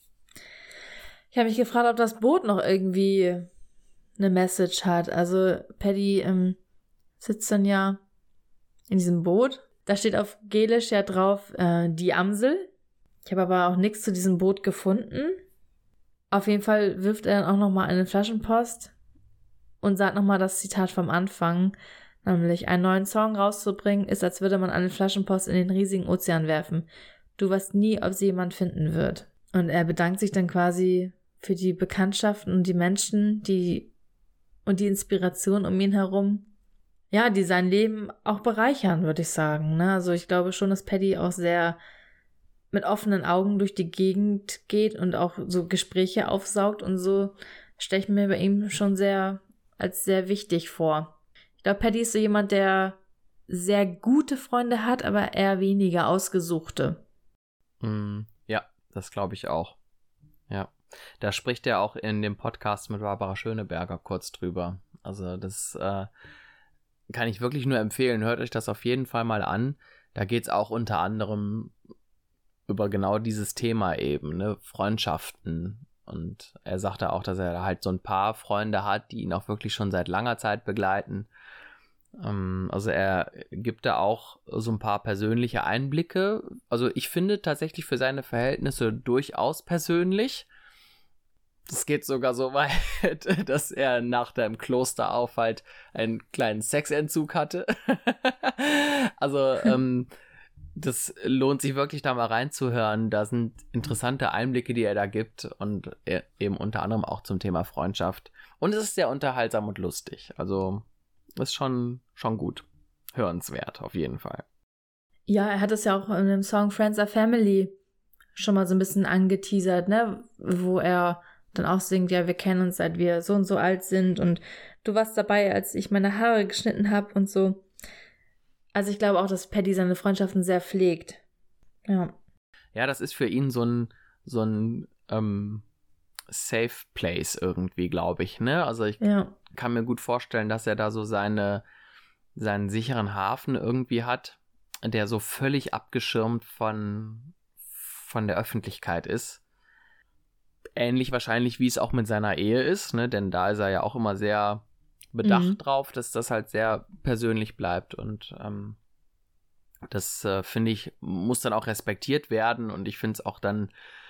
Ich habe mich gefragt, ob das Boot noch irgendwie eine Message hat. Also Paddy ähm, sitzt dann ja in diesem Boot. Da steht auf Gälisch ja drauf, äh, die Amsel. Ich habe aber auch nichts zu diesem Boot gefunden. Auf jeden Fall wirft er dann auch nochmal eine Flaschenpost und sagt nochmal das Zitat vom Anfang, nämlich einen neuen Song rauszubringen, ist, als würde man eine Flaschenpost in den riesigen Ozean werfen. Du weißt nie, ob sie jemand finden wird. Und er bedankt sich dann quasi für die Bekanntschaften und die Menschen, die und die Inspiration um ihn herum, ja, die sein Leben auch bereichern, würde ich sagen. Ne? Also ich glaube schon, dass Paddy auch sehr mit offenen Augen durch die Gegend geht und auch so Gespräche aufsaugt und so, stelle ich mir bei ihm schon sehr als sehr wichtig vor. Ich glaube, Paddy ist so jemand, der sehr gute Freunde hat, aber eher weniger ausgesuchte. Mm, ja, das glaube ich auch. Ja, da spricht er auch in dem Podcast mit Barbara Schöneberger kurz drüber. Also das äh, kann ich wirklich nur empfehlen. Hört euch das auf jeden Fall mal an. Da geht es auch unter anderem über genau dieses Thema eben, ne? Freundschaften. Und er sagte auch, dass er halt so ein paar Freunde hat, die ihn auch wirklich schon seit langer Zeit begleiten. Ähm, also er gibt da auch so ein paar persönliche Einblicke. Also ich finde tatsächlich für seine Verhältnisse durchaus persönlich. Es geht sogar so weit, dass er nach dem Klosteraufhalt einen kleinen Sexentzug hatte. Also ähm, das lohnt sich wirklich, da mal reinzuhören. Da sind interessante Einblicke, die er da gibt und er, eben unter anderem auch zum Thema Freundschaft. Und es ist sehr unterhaltsam und lustig. Also ist schon, schon gut. Hörenswert, auf jeden Fall. Ja, er hat es ja auch in dem Song Friends are Family schon mal so ein bisschen angeteasert, ne? Wo er dann auch singt, ja, wir kennen uns, seit wir so und so alt sind und du warst dabei, als ich meine Haare geschnitten habe und so. Also ich glaube auch, dass Paddy seine Freundschaften sehr pflegt. Ja. Ja, das ist für ihn so ein, so ein ähm, Safe Place irgendwie, glaube ich, ne? Also ich ja. kann mir gut vorstellen, dass er da so seine, seinen sicheren Hafen irgendwie hat, der so völlig abgeschirmt von, von der Öffentlichkeit ist. Ähnlich wahrscheinlich, wie es auch mit seiner Ehe ist, ne? Denn da ist er ja auch immer sehr bedacht mhm. drauf, dass das halt sehr persönlich bleibt und ähm, das äh, finde ich, muss dann auch respektiert werden und ich finde es auch dann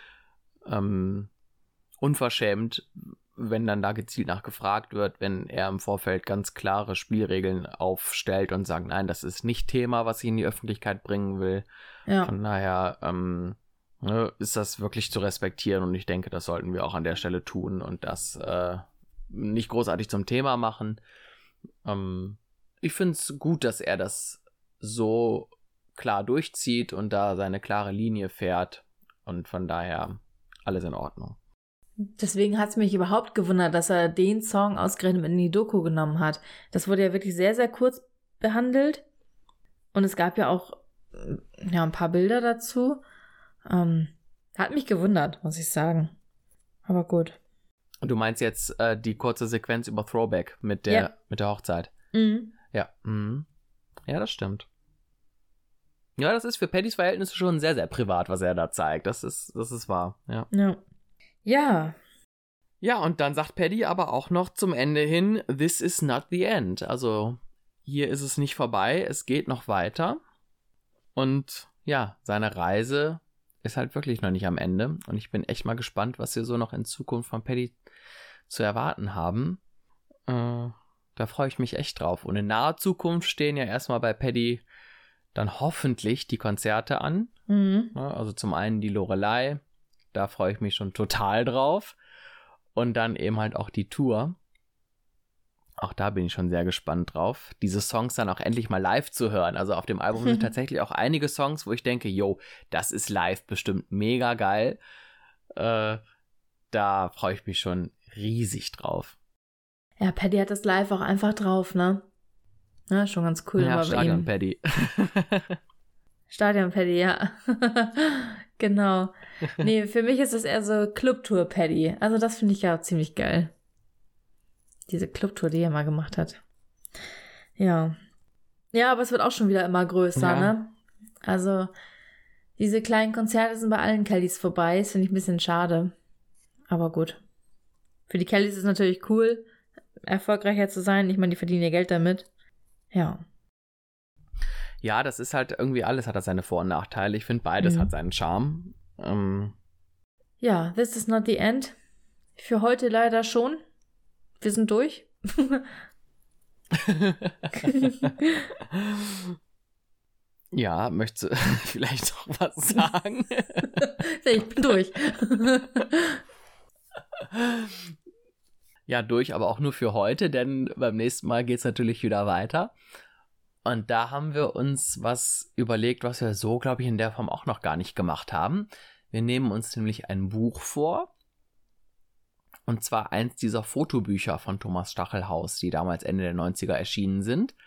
ähm, unverschämt, wenn dann da gezielt nachgefragt wird, wenn er im Vorfeld ganz klare Spielregeln aufstellt und sagt, nein, das ist nicht Thema, was ich in die Öffentlichkeit bringen will. Ja. Von daher ähm, ne, ist das wirklich zu respektieren und ich denke, das sollten wir auch an der Stelle tun und das äh, nicht großartig zum Thema machen. Ähm, ich finde es gut, dass er das so klar durchzieht und da seine klare Linie fährt und von daher alles in Ordnung. Deswegen hat es mich überhaupt gewundert, dass er den Song ausgerechnet in die Doku genommen hat. Das wurde ja wirklich sehr, sehr kurz behandelt. Und es gab ja auch ja, ein paar Bilder dazu. Ähm, hat mich gewundert, muss ich sagen. Aber gut. Du meinst jetzt äh, die kurze Sequenz über Throwback mit der, ja. mit der Hochzeit? Mhm. Ja. Mhm. Ja, das stimmt. Ja, das ist für Paddys Verhältnisse schon sehr, sehr privat, was er da zeigt. Das ist, das ist wahr, ja. Ja. Ja. Ja, und dann sagt Paddy aber auch noch zum Ende hin, this is not the end. Also hier ist es nicht vorbei, es geht noch weiter. Und ja, seine Reise ist halt wirklich noch nicht am Ende. Und ich bin echt mal gespannt, was wir so noch in Zukunft von Paddy zu erwarten haben. Äh, da freue ich mich echt drauf. Und in naher Zukunft stehen ja erstmal bei Paddy dann hoffentlich die Konzerte an. Mhm. Ja, also zum einen die Loreley. Da freue ich mich schon total drauf. Und dann eben halt auch die Tour. Auch da bin ich schon sehr gespannt drauf, diese Songs dann auch endlich mal live zu hören. Also auf dem Album sind tatsächlich auch einige Songs, wo ich denke, yo, das ist live bestimmt mega geil. Äh, da freue ich mich schon riesig drauf. Ja, Paddy hat das live auch einfach drauf, ne? Ja, schon ganz cool. Ja, bei Stadion ihm. Paddy. Stadion Paddy, ja. Genau. Nee, für mich ist das eher so Clubtour Paddy. Also das finde ich ja ziemlich geil. Diese Clubtour, die er mal gemacht hat. Ja. Ja, aber es wird auch schon wieder immer größer, ja. ne? Also diese kleinen Konzerte sind bei allen Kellys vorbei. Das finde ich ein bisschen schade. Aber gut. Für die Kellys ist es natürlich cool, erfolgreicher zu sein. Ich meine, die verdienen ihr Geld damit. Ja. Ja, das ist halt irgendwie alles hat das seine Vor- und Nachteile. Ich finde, beides Mhm. hat seinen Charme. Ähm. Ja, this is not the end. Für heute leider schon. Wir sind durch. Ja, möchtest du vielleicht noch was sagen? Ich bin durch. Ja, durch, aber auch nur für heute, denn beim nächsten Mal geht es natürlich wieder weiter. Und da haben wir uns was überlegt, was wir so, glaube ich, in der Form auch noch gar nicht gemacht haben. Wir nehmen uns nämlich ein Buch vor. Und zwar eins dieser Fotobücher von Thomas Stachelhaus, die damals Ende der neunziger erschienen sind.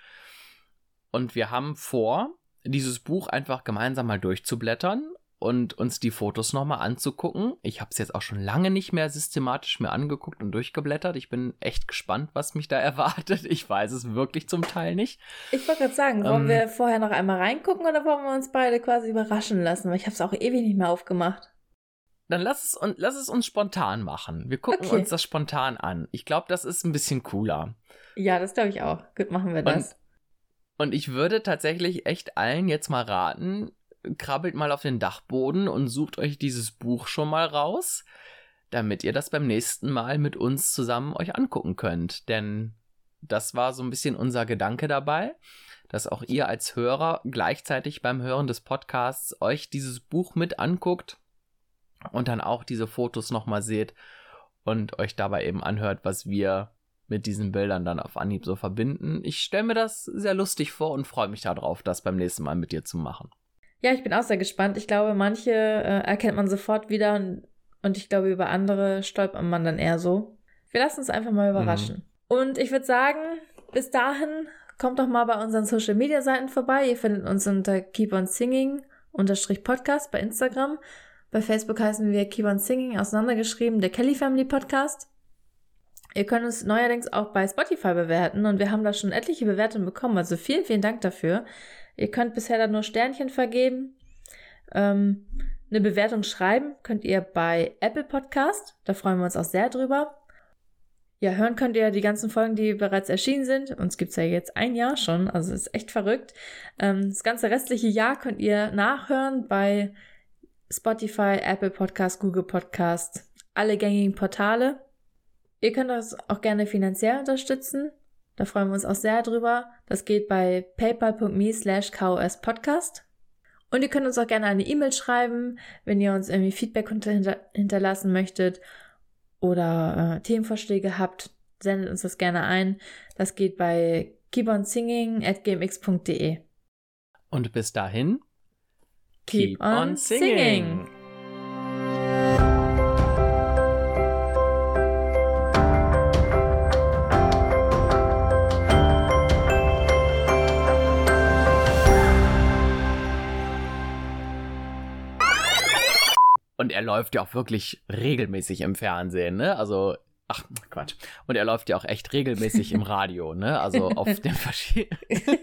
Und wir haben vor, dieses Buch einfach gemeinsam mal durchzublättern und uns die Fotos nochmal anzugucken. Ich habe es jetzt auch schon lange nicht mehr systematisch mir angeguckt und durchgeblättert. Ich bin echt gespannt, was mich da erwartet. Ich weiß es wirklich zum Teil nicht. Ich wollte gerade sagen, wollen Ähm, wir vorher noch einmal reingucken oder wollen wir uns beide quasi überraschen lassen? Weil ich habe es auch ewig nicht mehr aufgemacht. Dann lass es, un- lass es uns spontan machen. Wir gucken Okay. uns das spontan an. Ich glaube, das ist ein bisschen cooler. Ja, das glaube ich auch. Gut, machen wir das. Und ich würde tatsächlich echt allen jetzt mal raten, krabbelt mal auf den Dachboden und sucht euch dieses Buch schon mal raus, damit ihr das beim nächsten Mal mit uns zusammen euch angucken könnt. Denn das war so ein bisschen unser Gedanke dabei, dass auch ihr als Hörer gleichzeitig beim Hören des Podcasts euch dieses Buch mit anguckt und dann auch diese Fotos nochmal seht und euch dabei eben anhört, was wir mit diesen Bildern dann auf Anhieb so verbinden. Ich stelle mir das sehr lustig vor und freue mich darauf, das beim nächsten Mal mit dir zu machen. Ja, ich bin auch sehr gespannt. Ich glaube, manche äh, erkennt man sofort wieder und, und ich glaube, über andere stolpert man dann eher so. Wir lassen uns einfach mal überraschen. Mhm. Und ich würde sagen, bis dahin kommt doch mal bei unseren Social-Media-Seiten vorbei. Ihr findet uns unter Keep on Singing unterstrich Podcast bei Instagram. Bei Facebook heißen wir Keep on Singing, auseinandergeschrieben, der Kelly Family Podcast. Ihr könnt uns neuerdings auch bei Spotify bewerten und wir haben da schon etliche Bewertungen bekommen. Also vielen, vielen Dank dafür. Ihr könnt bisher dann nur Sternchen vergeben. Ähm, eine Bewertung schreiben könnt ihr bei Apple Podcast. Da freuen wir uns auch sehr drüber. Ja, hören könnt ihr die ganzen Folgen, die bereits erschienen sind. Uns gibt's ja jetzt ein Jahr schon, also ist echt verrückt. Ähm, das ganze restliche Jahr könnt ihr nachhören bei Spotify, Apple Podcast, Google Podcast, alle gängigen Portale. Ihr könnt uns auch gerne finanziell unterstützen. Da freuen wir uns auch sehr drüber. Das geht bei paypal.me slash kospodcast. Und ihr könnt uns auch gerne eine E-Mail schreiben, wenn ihr uns irgendwie Feedback hinter- hinterlassen möchtet oder äh, Themenvorschläge habt, sendet uns das gerne ein. Das geht bei keeponsinging at gmx punkt de. Und bis dahin, Keep, keep on, on singing! singing. Und er läuft ja auch wirklich regelmäßig im Fernsehen, ne? Also, ach, Quatsch. Und er läuft ja auch echt regelmäßig im Radio, ne? Also auf den verschiedenen...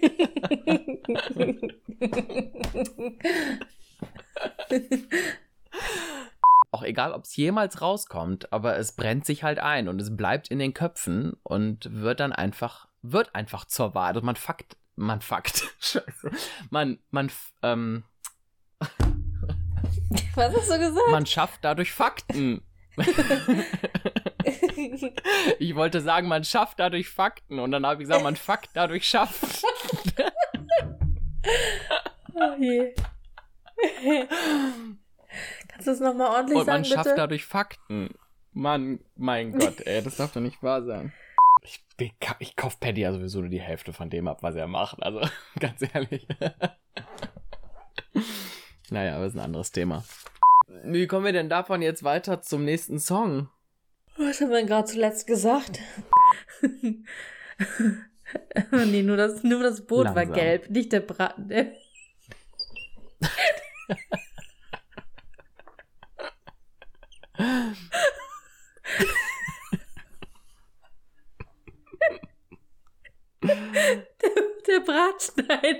Auch egal, ob es jemals rauskommt, aber es brennt sich halt ein und es bleibt in den Köpfen und wird dann einfach, wird einfach zur Wahrheit. Und man fuckt, man fuckt, scheiße, man, man, ähm, was hast du gesagt? Man schafft dadurch Fakten. Ich wollte sagen, man schafft dadurch Fakten und dann habe ich gesagt, man fuckt dadurch schafft. Oh je. Kannst du es nochmal ordentlich und sagen, man schafft bitte? dadurch Fakten. Mann, mein Gott, ey, das darf doch nicht wahr sein. Ich, ich, ich kaufe Paddy ja sowieso nur die Hälfte von dem ab, was er macht. Also, ganz ehrlich. Naja, aber ist ein anderes Thema. Wie kommen wir denn davon jetzt weiter zum nächsten Song? Was haben wir denn gerade zuletzt gesagt? Nee, nur das, nur das Boot Langsam. war gelb, nicht der Braten. Der, der, der Bratstein.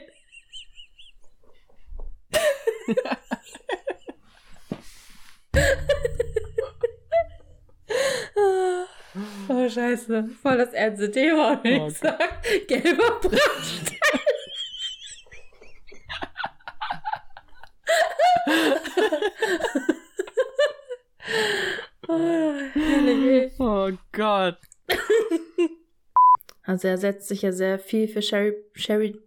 Oh, scheiße. Voll das ernste Thema, wenn Oh, ich sage. Gelber Bratstein. Oh, herrlich. Oh Gott. Also er setzt sich ja sehr viel für Sherry... Sherry...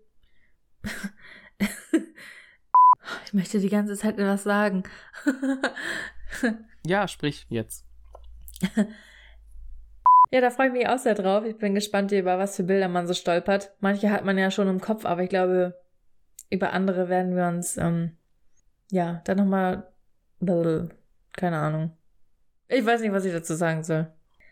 Ich möchte die ganze Zeit etwas sagen. Ja, sprich jetzt. Ja, da freue ich mich auch sehr drauf. Ich bin gespannt, über was für Bilder man so stolpert. Manche hat man ja schon im Kopf, aber ich glaube, über andere werden wir uns, ähm, ja, dann nochmal, keine Ahnung. Ich weiß nicht, was ich dazu sagen soll.